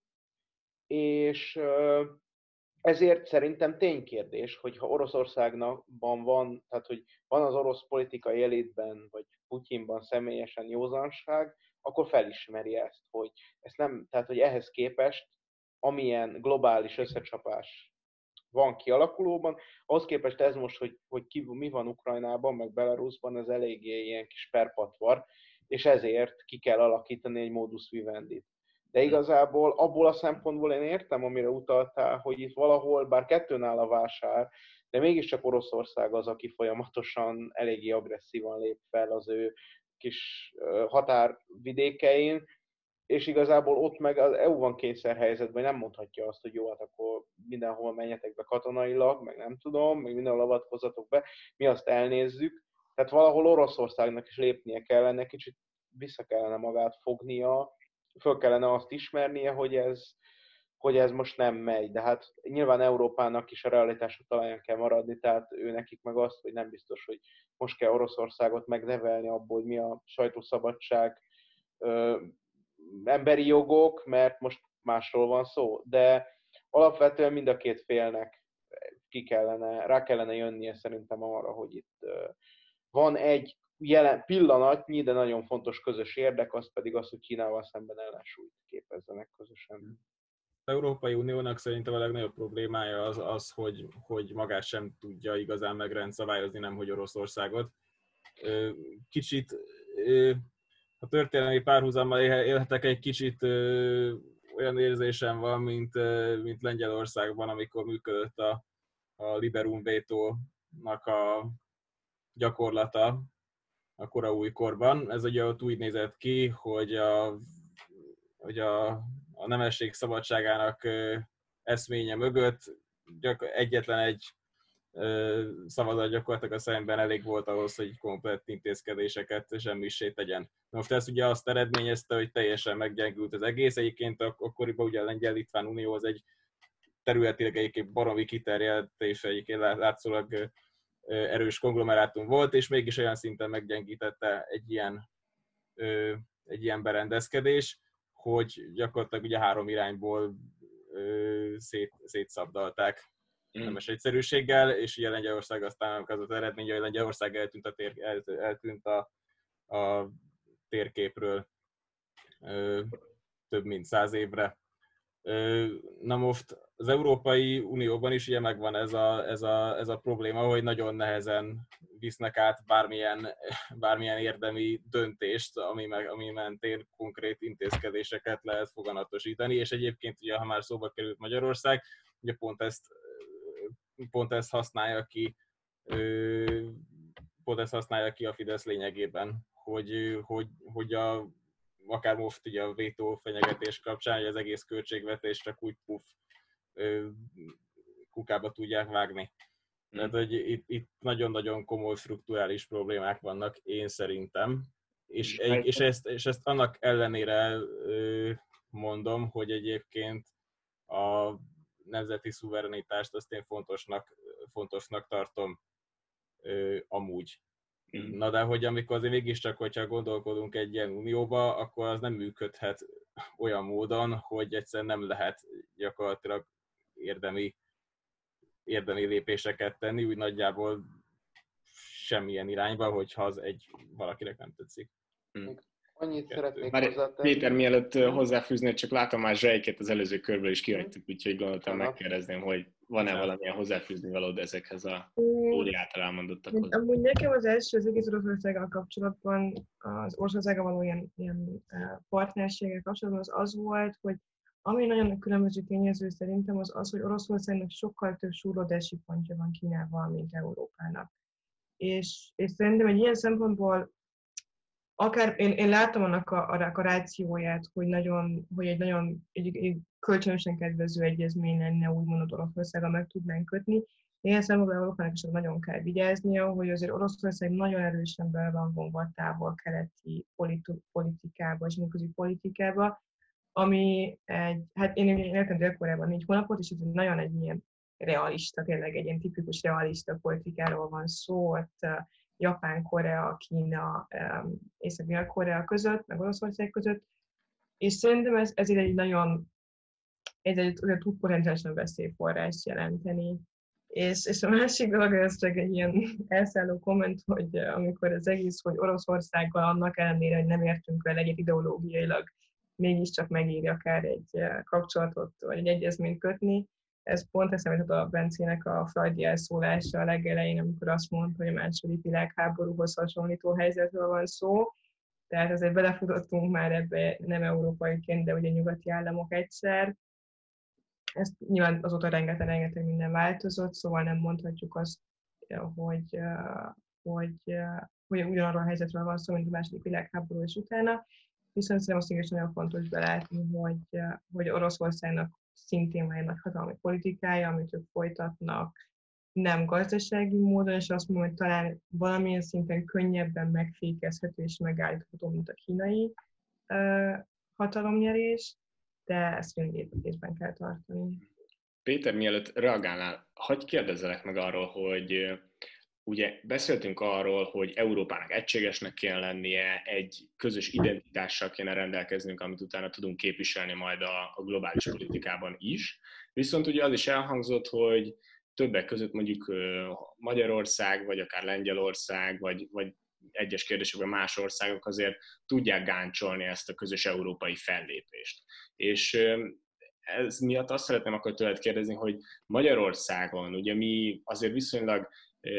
és ezért szerintem ténykérdés, hogy ha Oroszországban van, tehát hogy van az orosz politikai elitben, vagy Putyinban személyesen józanság, akkor felismeri ezt, hogy ezt nem, tehát hogy ehhez képest, amilyen globális összecsapás van kialakulóban, ahhoz képest ez most, hogy, hogy ki, mi van Ukrajnában, meg Belarusban, ez eléggé ilyen kis perpatvar, és ezért ki kell alakítani egy modus vivendit. De igazából abból a szempontból én értem, amire utaltál, hogy itt valahol, bár kettőn áll a vásár, de mégiscsak Oroszország az, aki folyamatosan eléggé agresszívan lép fel az ő kis határvidékein, és igazából ott meg az é u van kényszerhelyzetben, nem mondhatja azt, hogy jó, hát akkor mindenhol menjetek be katonailag, meg nem tudom, meg mindenhol avatkozzatok be, mi azt elnézzük. Tehát valahol Oroszországnak is lépnie kellene, kicsit vissza kellene magát fognia, föl kellene azt ismernie, hogy ez, hogy ez most nem megy. De hát nyilván Európának is a realitásra talaján kell maradni, tehát ő nekik meg azt, hogy nem biztos, hogy most kell Oroszországot megnevelni abból, hogy mi a sajtószabadság, ö, emberi jogok, mert most másról van szó. De alapvetően mind a két félnek ki kellene, rá kellene jönnie szerintem arra, hogy itt ö, van egy jelen pillanatnyi, de nagyon fontos közös érdek, az pedig az, hogy Kínával szemben ellensúlyt képezzenek közösen. Az Európai Uniónak szerintem a legnagyobb problémája az, az hogy, hogy magát sem tudja igazán megrendszabályozni, nemhogy Oroszországot. Kicsit a történelmi párhuzammal élhetek, egy kicsit olyan érzésem van, mint, mint Lengyelországban, amikor működött a, a Liberum Veto-nak a gyakorlata a kora újkorban. Ez ugye ott úgy nézett ki, hogy a, hogy a, a nemesség szabadságának eszménye mögött gyak, egyetlen egy szavazat gyakorlatilag a szemben elég volt ahhoz, hogy komplett intézkedéseket semmissé tegyen. Most ez ugye azt eredményezte, hogy teljesen meggyengült az egész. Egyébként akkoriban ugye a Lengyel-Litván Unió az egy területileg egyébként baromi kiterjedt és egyébként látszólag erős konglomerátum volt, és mégis olyan szinten meggyengítette egy ilyen, egy ilyen berendezkedés, hogy gyakorlatilag ugye három irányból szét, szétszabdalták Mm. nemes egyszerűséggel, és ugye Lengyelország aztán az az eredmény, hogy Lengyelország eltűnt a, tér, eltűnt a, a térképről ö, több mint száz évre. Ö, na most az Európai Unióban is ugye megvan ez a, ez a, ez a probléma, hogy nagyon nehezen visznek át bármilyen, bármilyen érdemi döntést, ami, meg, ami mentén konkrét intézkedéseket lehet foganatosítani, és egyébként ugye, ha már szóba került Magyarország, ugye pont ezt, pont ezt használja ki, pont ezt használja ki a Fidesz lényegében, hogy, hogy, hogy a, akár most ugye a vétó fenyegetés kapcsán, hogy az egész költségvetést csak úgy puff, kukába tudják vágni. Tehát, hogy itt, itt nagyon-nagyon komoly strukturális problémák vannak, én szerintem. És, és, ezt, és ezt annak ellenére mondom, hogy egyébként a nemzeti szuverenitást azt én fontosnak, fontosnak tartom amúgy. Na de hogy amikor azért mégiscsak, hogyha gondolkodunk egy ilyen unióba, akkor az nem működhet olyan módon, hogy egyszerűen nem lehet gyakorlatilag érdemi, érdemi lépéseket tenni, úgy nagyjából semmilyen irányba, hogyha az egy valakinek nem tetszik. Hmm. Annyit Kettő. szeretnék Már hozzátenni. Péter, mielőtt hozzáfűzni, csak látom már zsejket az előző körből is kihagytuk, úgyhogy gondoltam megkérdezném, hogy van-e valamilyen hozzáfűzni valód ezekhez a Lóri által elmondottakhoz. Amúgy nekem az első az egész Oroszországgal kapcsolatban, az Oroszországgal való ilyen, ilyen partnerséggel kapcsolatban az az volt, hogy ami nagyon különböző tényező szerintem az az, hogy Oroszországnak sokkal több súrlódási pontja van Kínával, mint Európának. És, és szerintem egy ilyen szempontból akár én, én látom annak a, a, a rációját, hogy, nagyon, hogy egy nagyon egy, egy kölcsönösen kedvező egyezmény lenne, úgymond Oroszországgal meg tudnánk kötni. Ilyen szempontból Európának is nagyon kell vigyáznia, hogy azért Oroszország nagyon erősen bele van vonva a távol-keleti politikába és munkaközi politikába, ami egy, hát én éltem Dél-Koreában négy hónapot, és ez nagyon egy ilyen realista, tényleg egy ilyen tipikus realista politikáról van szó, ott Japán, Korea, Kína, Észak-Dél-Korea között, meg Oroszország között, és szerintem ez, ez egy nagyon, ez egy tud potenciálisan veszélyforrás jelenteni. És, és a másik dolog, ez csak egy ilyen elszálló komment, hogy amikor az egész, hogy Oroszországgal annak ellenére, hogy nem értünk vele egyet ideológiailag, mégiscsak megéri akár egy kapcsolatot, vagy egy egyezményt kötni. Ez pont eszembe jutott a Bencének a freudi elszólása a legelején, amikor azt mondta, hogy a második világháborúhoz hasonlító helyzetről van szó. Tehát azért belefutottunk már ebbe, nem európaiként, de ugye nyugati államok egyszer. Ezt nyilván azóta rengeteg-rengeteg minden változott, szóval nem mondhatjuk azt, hogy, hogy, hogy ugyanarról a helyzetről van szó, mint a második világháború és utána. Viszont szerintem azt is nagyon fontos belátni, hogy, hogy Oroszországnak szintén van egy nagy hatalmi politikája, amit ők folytatnak, nem gazdasági módon, és azt mondom, hogy talán valamilyen szinten könnyebben megfékezhető és megállítható, mint a kínai uh, hatalomnyerés, de ezt mindig észben kell tartani. Péter, mielőtt reagálnál, hagyj kérdezzelek meg arról, hogy ugye beszéltünk arról, hogy Európának egységesnek kéne lennie, egy közös identitással kéne rendelkeznünk, amit utána tudunk képviselni majd a, a globális politikában is. Viszont ugye az is elhangzott, hogy többek között mondjuk Magyarország, vagy akár Lengyelország, vagy, vagy egyes kérdésekben más országok azért tudják gáncsolni ezt a közös európai fellépést. És ez miatt azt szeretném akkor tőled kérdezni, hogy Magyarországon ugye mi azért viszonylag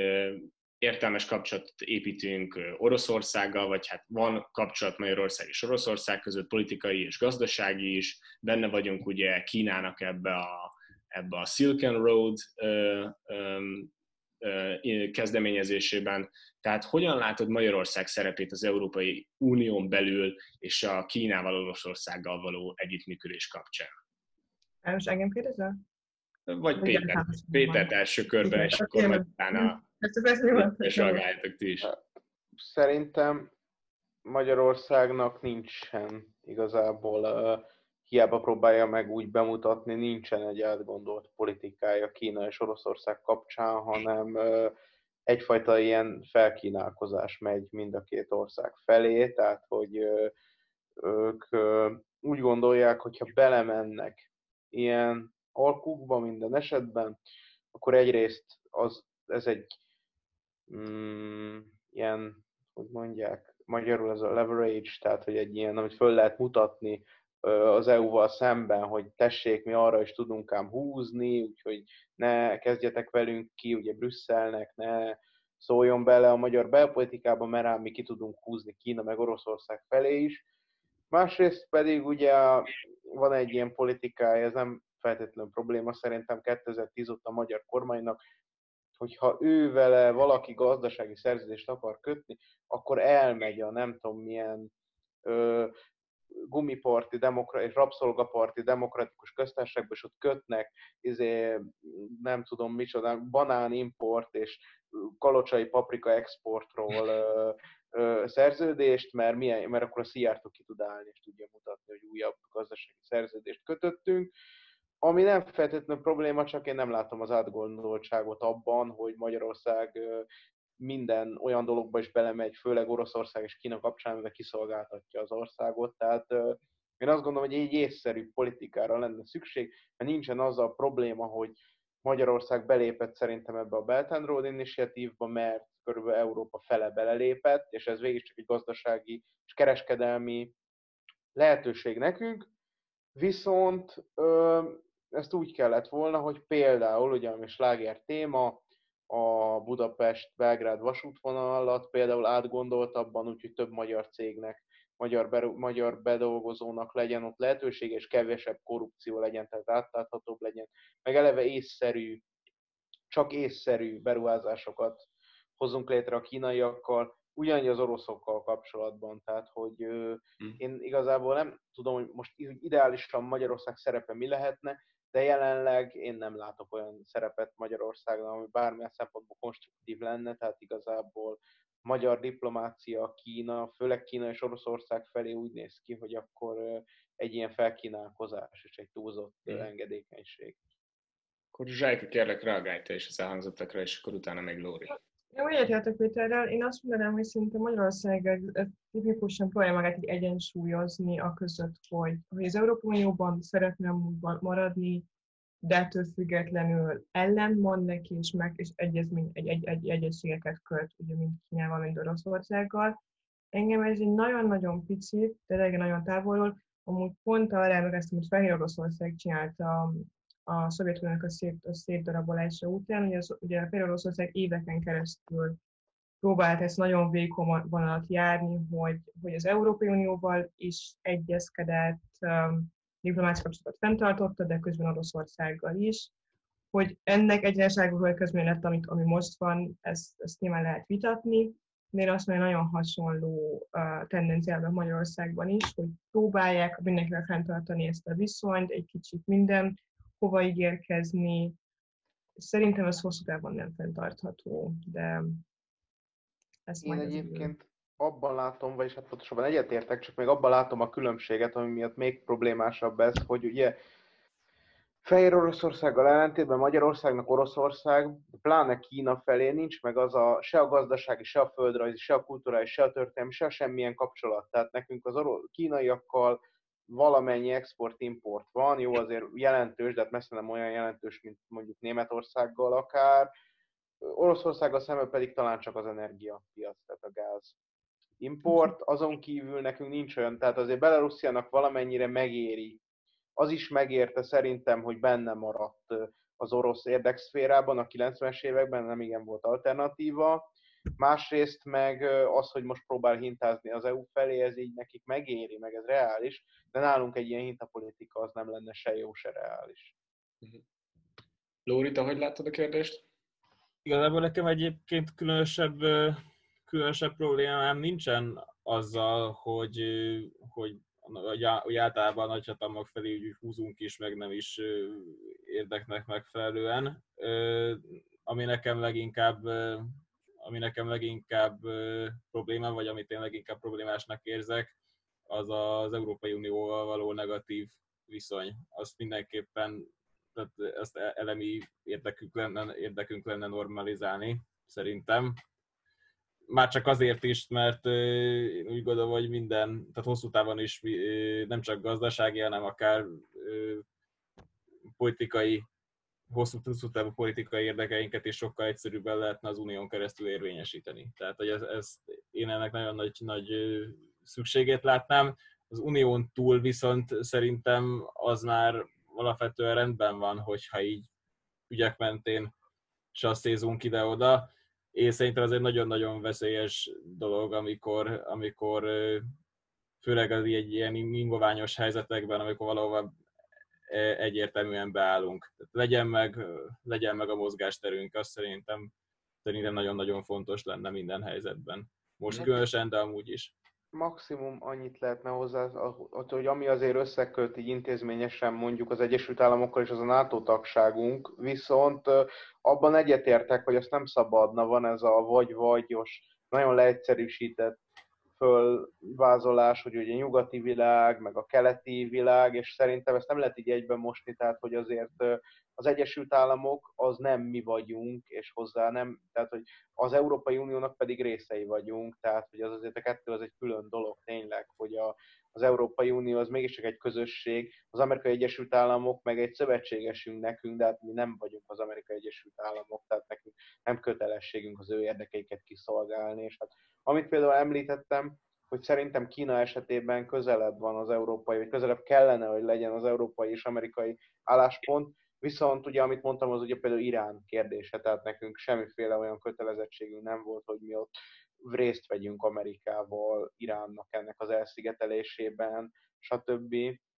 értelmes kapcsolatot építünk Oroszországgal, vagy hát van kapcsolat Magyarország és Oroszország között, politikai és gazdasági is, benne vagyunk ugye Kínának ebbe a, ebbe a Silk Road ö, ö, ö, kezdeményezésében. Tehát hogyan látod Magyarország szerepét az Európai Unión belül és a Kínával, Oroszországgal való együttműködés kapcsán? Most engem kérdezel? Vagy Péter, Pétert első körben, és akkor majd utána reagáljátok ti is. Szerintem Magyarországnak nincsen igazából, uh, hiába próbálja meg úgy bemutatni, nincsen egy átgondolt politikája Kína és Oroszország kapcsán, hanem uh, egyfajta ilyen felkínálkozás megy mind a két ország felé, tehát hogy uh, ők uh, úgy gondolják, hogyha belemennek ilyen alkukba minden esetben, akkor egyrészt az, ez egy mm, ilyen, hogy mondják, magyarul ez a leverage, tehát hogy egy ilyen, amit föl lehet mutatni az é u-val szemben, hogy tessék, mi arra is tudunk ám húzni, úgyhogy ne kezdjetek velünk ki, ugye Brüsszelnek, ne szóljon bele a magyar belpolitikába, mert ám mi ki tudunk húzni Kína meg Oroszország felé is. Másrészt pedig ugye van egy ilyen politikája, ez nem feltétlenül probléma, szerintem kétezer-tíz óta a magyar kormánynak, hogyha ő vele valaki gazdasági szerződést akar kötni, akkor elmegy a nem tudom milyen ö, gumiparti demokra- és rabszolgaparti demokratikus köztársaságba, és ott kötnek izé, nem tudom micsoda, banánimport és kalocsai paprika exportról ö, ö, szerződést, mert, milyen, mert akkor a Szijjártó ki tud állni, és tudja mutatni, hogy újabb gazdasági szerződést kötöttünk. Ami nem feltétlenül probléma, csak én nem látom az átgondoltságot abban, hogy Magyarország minden olyan dologba is belemegy, főleg Oroszország és Kína kapcsán, amivel kiszolgáltatja az országot. Tehát én azt gondolom, hogy egy észszerű politikára lenne szükség, mert nincsen az a probléma, hogy Magyarország belépett szerintem ebbe a Belt and Road Initiative-ba, mert körülbelül Európa fele belelépett, és ez végig csak egy gazdasági és kereskedelmi lehetőség nekünk. Viszont ö, ezt úgy kellett volna, hogy például, ugye ami sláger téma, a Budapest-Belgrád vasútvonalat például átgondoltabban, úgyhogy több magyar cégnek, magyar, beru, magyar bedolgozónak legyen ott lehetősége, és kevesebb korrupció legyen, tehát átláthatóbb legyen, meg eleve észszerű, csak észszerű beruházásokat hozzunk létre a kínaiakkal, ugyanúgy az oroszokkal kapcsolatban, tehát hogy ö, hmm. én igazából nem tudom, hogy most ideálisan Magyarország szerepe mi lehetne, de jelenleg én nem látok olyan szerepet Magyarországnak, ami bármilyen szempontból konstruktív lenne, tehát igazából magyar diplomácia, Kína, főleg Kína és Oroszország felé úgy néz ki, hogy akkor ö, egy ilyen felkínálkozás és egy túlzott hmm. engedékenység. Akkor Zsájka, kérlek, reagálj te is az elhangzottakra, és akkor utána még Lóri. Jó, egyetértek Péterrel. Én azt mondanám, hogy szerintem Magyarország tipikusan próbálja magát így egyensúlyozni a között, hogy, hogy az Európai Unióban szeretne maradni, de ettől függetlenül ellentmond neki, és, meg, és egyezmény, egy, egy, egy, egyességeket köt, ugye mind Kínával, mind Oroszországgal. Engem ez egy nagyon-nagyon picit, de tényleg nagyon távolról, amúgy pont arra emlékeztem, hogy Fehér Oroszország csinálta a Szovjetuniónak a, szét, a szétdarabolása után, ugye, az, ugye a Fehér Oroszország éveken keresztül próbált ezt nagyon vékony vonalat járni, hogy, hogy az Európai Unióval is egyezkedett, um, diplomáciai kapcsolatot fenntartotta, de közben Oroszországgal is, hogy ennek egyeneságú következmény lett, amit, ami most van, ezt, ezt nyilván lehet vitatni, de én azt mondom, nagyon hasonló uh, tendenciában Magyarországban is, hogy próbálják mindenkivel fenntartani ezt a viszonyt, egy kicsit minden, hova ígérkezni. Szerintem ez hosszú távon nem fenntartható, de ezt Én majd egyébként abban látom, vagyis hát pontosabban egyetértek, csak még abban látom a különbséget, ami miatt még problémásabb ez, hogy ugye Fehér Oroszországgal ellentétben Magyarországnak Oroszország, pláne Kína felé nincs meg az a, se a gazdasági, se a földrajzi, se a kulturális, se a történelmi, se a semmilyen kapcsolat. Tehát nekünk az orosz, kínaiakkal valamennyi export-import van, jó, azért jelentős, de hát messze nem olyan jelentős, mint mondjuk Németországgal akár. Oroszországgal szemben pedig talán csak az energiapiac, tehát a gáz import. Azon kívül nekünk nincs olyan, tehát azért Belarussziának valamennyire megéri. Az is megérte szerintem, hogy benne maradt az orosz érdekszférában a kilencvenes években, nem igen volt alternatíva. Másrészt meg az, hogy most próbál hintázni az é u felé, ez így nekik megéri, meg ez reális, de nálunk egy ilyen hintapolitika az nem lenne se jó, se reális. Lóri, te hogy láttad a kérdést? Igazából nekem egyébként különösebb, különösebb problémám nincsen azzal, hogy, hogy, hogy általában a nagyhatalmak felé úgy húzunk is, meg nem is érdeknek megfelelően. Ami nekem leginkább ami nekem leginkább probléma, vagy amit én leginkább problémásnak érzek, az az Európai Unióval való negatív viszony. Azt mindenképpen, tehát ezt elemi érdekünk lenne, érdekünk lenne normalizálni, szerintem. Már csak azért is, mert én úgy gondolom, hogy minden, tehát hosszú távon is nem csak gazdasági, hanem akár politikai, hosszú, hosszú távú politikai érdekeinket is sokkal egyszerűbben lehetne az unión keresztül érvényesíteni. Tehát, hogy ez, ez, én ennek nagyon nagy, nagy szükségét látnám. Az unión túl viszont szerintem az már alapvetően rendben van, hogyha így ügyek mentén sasszézunk ide-oda. Én szerintem ez egy nagyon-nagyon veszélyes dolog, amikor, amikor főleg az egy ilyen ingoványos helyzetekben, amikor valahova egyértelműen beállunk. Legyen meg, legyen meg a mozgásterünk, azt szerintem, szerintem nagyon-nagyon fontos lenne minden helyzetben. Most különösen, de amúgy is. Maximum annyit lehetne hozzá, hogy ami azért összeköt így intézményesen mondjuk az Egyesült Államokkal és az a NATO tagságunk, viszont abban egyetértek, hogy azt nem szabadna, van ez a vagy-vagyos, nagyon leegyszerűsített fölvázolás, hogy ugye a nyugati világ, meg a keleti világ, és szerintem ezt nem lehet így egyben mosni, tehát hogy azért az Egyesült Államok az nem mi vagyunk, és hozzá nem, tehát hogy az Európai Uniónak pedig részei vagyunk, tehát hogy az azért a kettő az egy külön dolog tényleg, hogy a, az Európai Unió az mégiscsak egy közösség, az Amerikai Egyesült Államok meg egy szövetségesünk nekünk, de hát mi nem vagyunk az Amerikai Egyesült Államok, tehát nekünk nem kötelességünk az ő érdekeiket kiszolgálni, és hát amit például említettem, hogy szerintem Kína esetében közelebb van az európai, vagy közelebb kellene, hogy legyen az európai és amerikai álláspont, viszont ugye, amit mondtam, az ugye például Irán kérdése, tehát nekünk semmiféle olyan kötelezettségünk nem volt, hogy mi ott részt vegyünk Amerikával, Iránnak ennek az elszigetelésében, stb.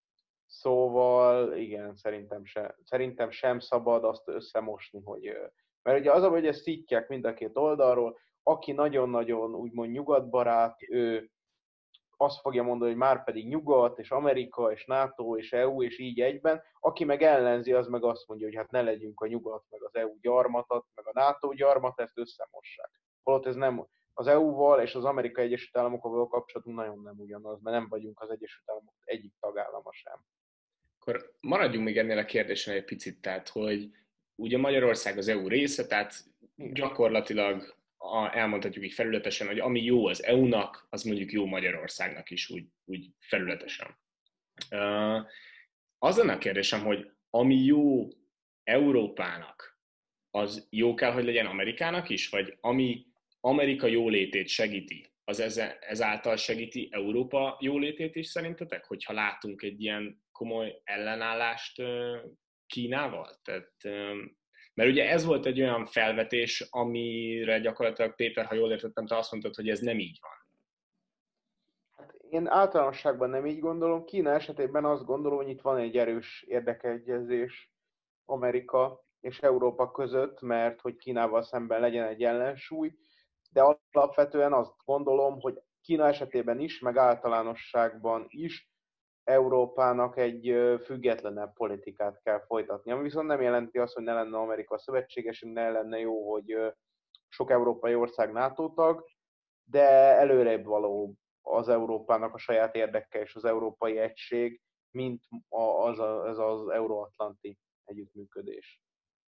Szóval igen, szerintem, se, szerintem sem szabad azt összemosni, hogy... Mert ugye az, hogy ezt szítják mind a két oldalról, aki nagyon-nagyon úgymond nyugatbarát, ő azt fogja mondani, hogy már pedig nyugat, és Amerika, és NATO, és é u, és így egyben. Aki meg ellenzi, az meg azt mondja, hogy hát ne legyünk a nyugat, meg az é u gyarmatat, meg a NATO gyarmat, ezt összemossák. Holott ez nem, az é u-val és az Amerikai Egyesült Államokkal való kapcsolatunk nagyon nem ugyanaz, mert nem vagyunk az Egyesült Államok egyik tagállama sem. Akkor maradjunk még ennél a kérdésnél egy picit, tehát, hogy ugye Magyarország az é u része, tehát gyakorlatilag a, elmondhatjuk így felületesen, hogy ami jó az é u-nak, az mondjuk jó Magyarországnak is úgy, úgy felületesen. Uh, az lenne a kérdésem, hogy ami jó Európának, az jó kell, hogy legyen Amerikának is? Vagy ami Amerika jólétét segíti, az ezáltal segíti Európa jólétét is szerintetek? Hogyha látunk egy ilyen komoly ellenállást Kínával? Tehát, mert ugye ez volt egy olyan felvetés, amire gyakorlatilag Péter, ha jól értettem, te azt mondtad, hogy ez nem így van. Hát én általánosságban nem így gondolom. Kína esetében azt gondolom, hogy itt van egy erős érdekeegyezés Amerika és Európa között, mert hogy Kínával szemben legyen egy ellensúly, de alapvetően azt gondolom, hogy Kína esetében is, meg általánosságban is Európának egy függetlenebb politikát kell folytatni. Ami viszont nem jelenti azt, hogy ne lenne Amerika szövetségesünk, ne lenne jó, hogy sok európai ország NATO tag, de előrébb való az Európának a saját érdeke és az európai egység, mint az, az, az euróatlanti együttműködés.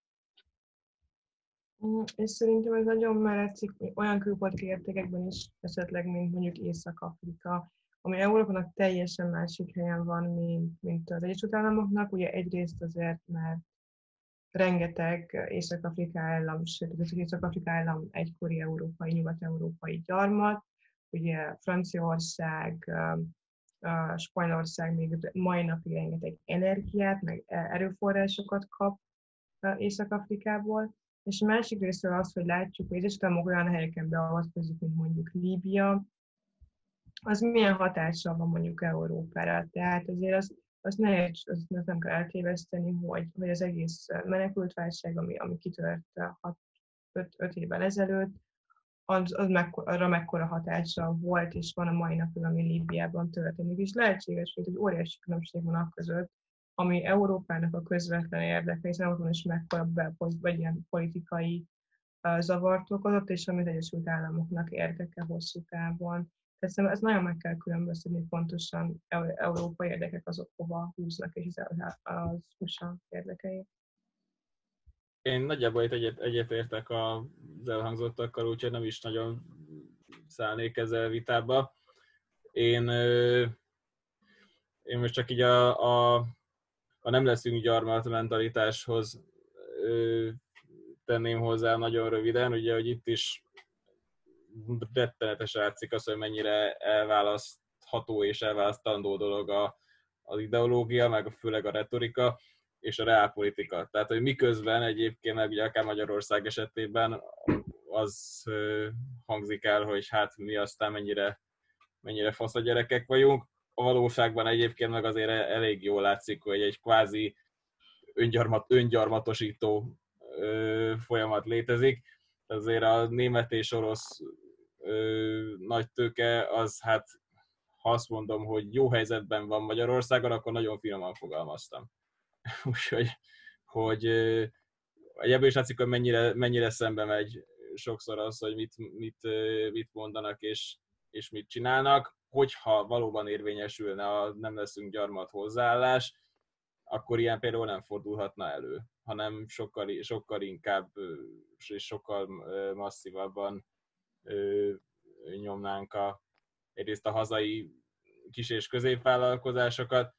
És szerintem ez nagyon melegszik olyan külpolitikai értékekben is, esetleg, mint mondjuk Észak-Afrika, ami Európának teljesen másik helyen van, mint, mint az Egyesült Államoknak. Ugye egyrészt azért, mert rengeteg Észak-Afrika állam, sőt, az Észak-Afrika állam egykori európai, nyugat-európai gyarmat, ugye Franciaország, Spanyolország még mai napig rengeteg energiát, meg erőforrásokat kap Észak-Afrikából, és a másik részről az, hogy látjuk, hogy az Egyesült Államok olyan helyeken beavatkozik, mint mondjuk Líbia, az milyen hatással van mondjuk Európára. Tehát azért azt, azt, ne, azt, azt nem kell eltéveszteni, hogy, hogy az egész menekültválság, ami, ami kitört öt évvel ezelőtt, az, az mekkora, arra mekkora hatással volt, és van a mai napig, ami Líbiában történik. És lehetséges, hogy egy óriási különbség van a között, ami Európának a közvetlen érdeke, hiszen Európában is mekkora belpolitikai, vagy ilyen politikai uh, zavart okozott, és amit Egyesült Államoknak érdeke hosszú távon. Tehát ez nagyon meg kell különböztetni, pontosan európai érdekek azok hova húznak, és az u es á érdekei. Én nagyjából itt egyet, egyetértek az elhangzottakkal, úgyhogy nem is nagyon szállnék ezzel vitába. Én, én most csak így a, a a nem leszünk gyarmat mentalitáshoz ö, tenném hozzá nagyon röviden, ugye, hogy itt is rettenetes látszik az, hogy mennyire elválasztható és elválasztandó dolog a, az ideológia, meg főleg a retorika és a reálpolitika. Tehát, hogy miközben egyébként, meg ugye akár Magyarország esetében az ö, hangzik el, hogy hát mi aztán mennyire, mennyire fasz a gyerekek vagyunk. A valóságban egyébként meg azért elég jól látszik, hogy egy kvázi öngyarmat, öngyarmatosító ö, folyamat létezik. Azért a német és orosz ö, nagy tőke az, hát ha azt mondom, hogy jó helyzetben van Magyarországon, akkor nagyon finoman fogalmaztam. Úgyhogy hogy, ö, ebből is látszik, hogy mennyire, mennyire szembe megy sokszor az, hogy mit, mit, mit mondanak és, és mit csinálnak. Hogyha valóban érvényesülne a nem leszünk gyarmat hozzáállás, akkor ilyen például nem fordulhatna elő, hanem sokkal, sokkal inkább és sokkal masszívabban nyomnánk a, egyrészt a hazai kis- és középvállalkozásokat,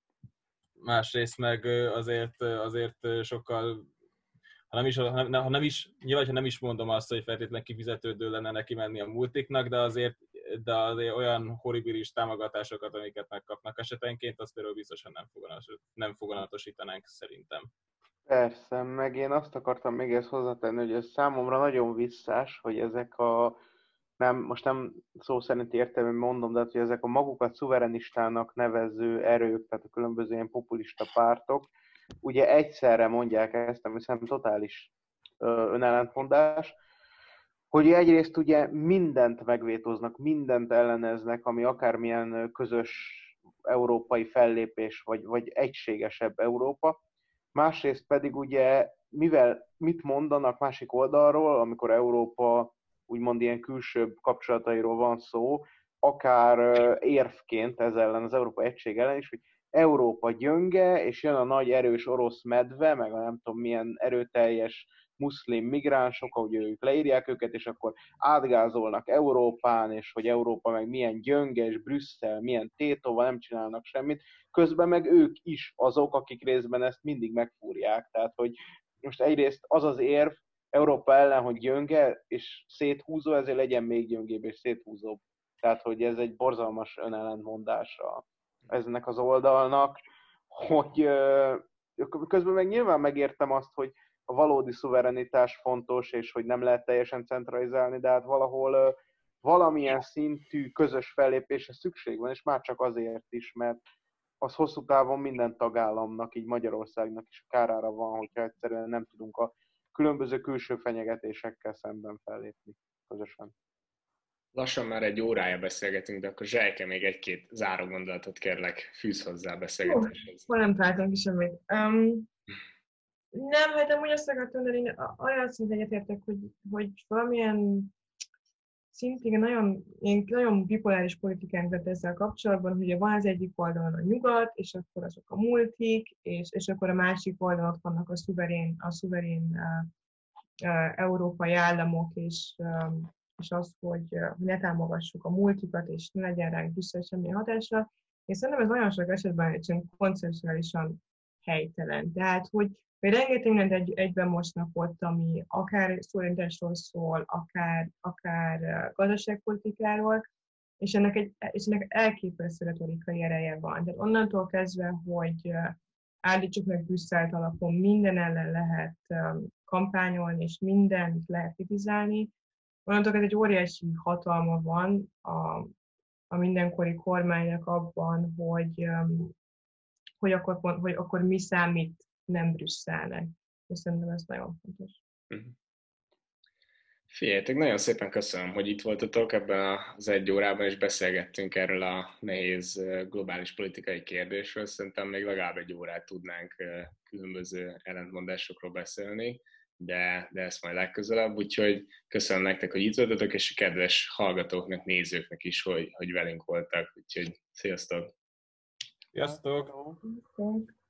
másrészt meg azért, azért sokkal, ha nem is, ha nem, ha nem is, nyilván, ha nem is mondom azt, hogy feltétlenül kifizetődő lenne neki menni a multiknak, de azért, de azért olyan horribilis támogatásokat, amiket megkapnak esetenként, azt például biztosan nem, foganat, nem foganatosítanánk szerintem. Persze, meg én azt akartam még ezt hozzátenni, hogy ez számomra nagyon visszás, hogy ezek a, nem, most nem szó szerint értelműen mondom, de hogy ezek a magukat szuverenistának nevező erők, tehát a különböző ilyen populista pártok, ugye egyszerre mondják ezt, ami szerintem totális önellentmondás, hogy egyrészt ugye mindent megvétóznak, mindent elleneznek, ami akármilyen közös európai fellépés, vagy, vagy egységesebb Európa. Másrészt pedig ugye, mivel mit mondanak másik oldalról, amikor Európa úgymond ilyen külsőbb kapcsolatairól van szó, akár érvként ez ellen, az Európai Egység ellen is, hogy Európa gyönge, és jön a nagy erős orosz medve, meg a nem tudom milyen erőteljes muszlim migránsok, ahogy ők leírják őket, és akkor átgázolnak Európán, és hogy Európa meg milyen gyönge, és Brüsszel milyen tétova, nem csinálnak semmit. Közben meg ők is azok, akik részben ezt mindig megfúrják. Tehát, hogy most egyrészt az az érv Európa ellen, hogy gyönge, és széthúzó, ezért legyen még gyöngébb és széthúzóbb. Tehát, hogy ez egy borzalmas önellentmondása eznek az oldalnak, hogy közben meg nyilván megértem azt, hogy a valódi szuverenitás fontos, és hogy nem lehet teljesen centralizálni, de hát valahol valamilyen szintű közös fellépésre szükség van, és már csak azért is, mert az hosszú távon minden tagállamnak, így Magyarországnak is kárára van, hogyha egyszerűen nem tudunk a különböző külső fenyegetésekkel szemben fellépni közösen. Lassan már egy órája beszélgetünk, de akkor Zsejke, még egy-két záró gondolatot kérlek, fűz hozzá a beszélgetéshez. Hol nem találtam ki semmit. Um, nem, hát amúgy azt akartam, de én olyan szinten egyetértek, hogy, hogy valamilyen szintén nagyon, én nagyon bipoláris politikánk lett ezzel kapcsolatban, hogy van az egyik oldalon a nyugat, és akkor azok a multik, és, és akkor a másik oldalon vannak a szuverén, a szuverén uh, uh, európai államok, és, um, és az, hogy, uh, hogy ne támogassuk a multikat, és ne legyen ránk Brüsszel semmilyen hatással. Én szerintem ez nagyon sok esetben egyszerűen konceptuálisan helytelen. Tehát, hogy hogy rengeteg mindent egy, egyben mosnak ott, ami akár szuverenitásról szól, akár, akár gazdaságpolitikáról, és ennek, egy, és ennek elképesztő retorikai ereje van. Tehát onnantól kezdve, hogy állítsuk meg Brüsszelt alapon, minden ellen lehet kampányolni, és mindent lehet kritizálni, onnantól kezdve egy óriási hatalma van a, a mindenkori kormánynak abban, hogy, hogy, akkor, hogy akkor mi számít nem Brüsszelnek. És szerintem ez nagyon fontos. Figyeljetek, nagyon szépen köszönöm, hogy itt voltatok ebben az egy órában, és beszélgettünk erről a nehéz globális politikai kérdésről. Szerintem még legalább egy órát tudnánk különböző ellentmondásokról beszélni, de, de ezt majd legközelebb. Úgyhogy köszönöm nektek, hogy itt voltatok, és a kedves hallgatóknak, nézőknek is, hogy, hogy velünk voltak. Úgyhogy sziasztok! Sziasztok! Sziasztok!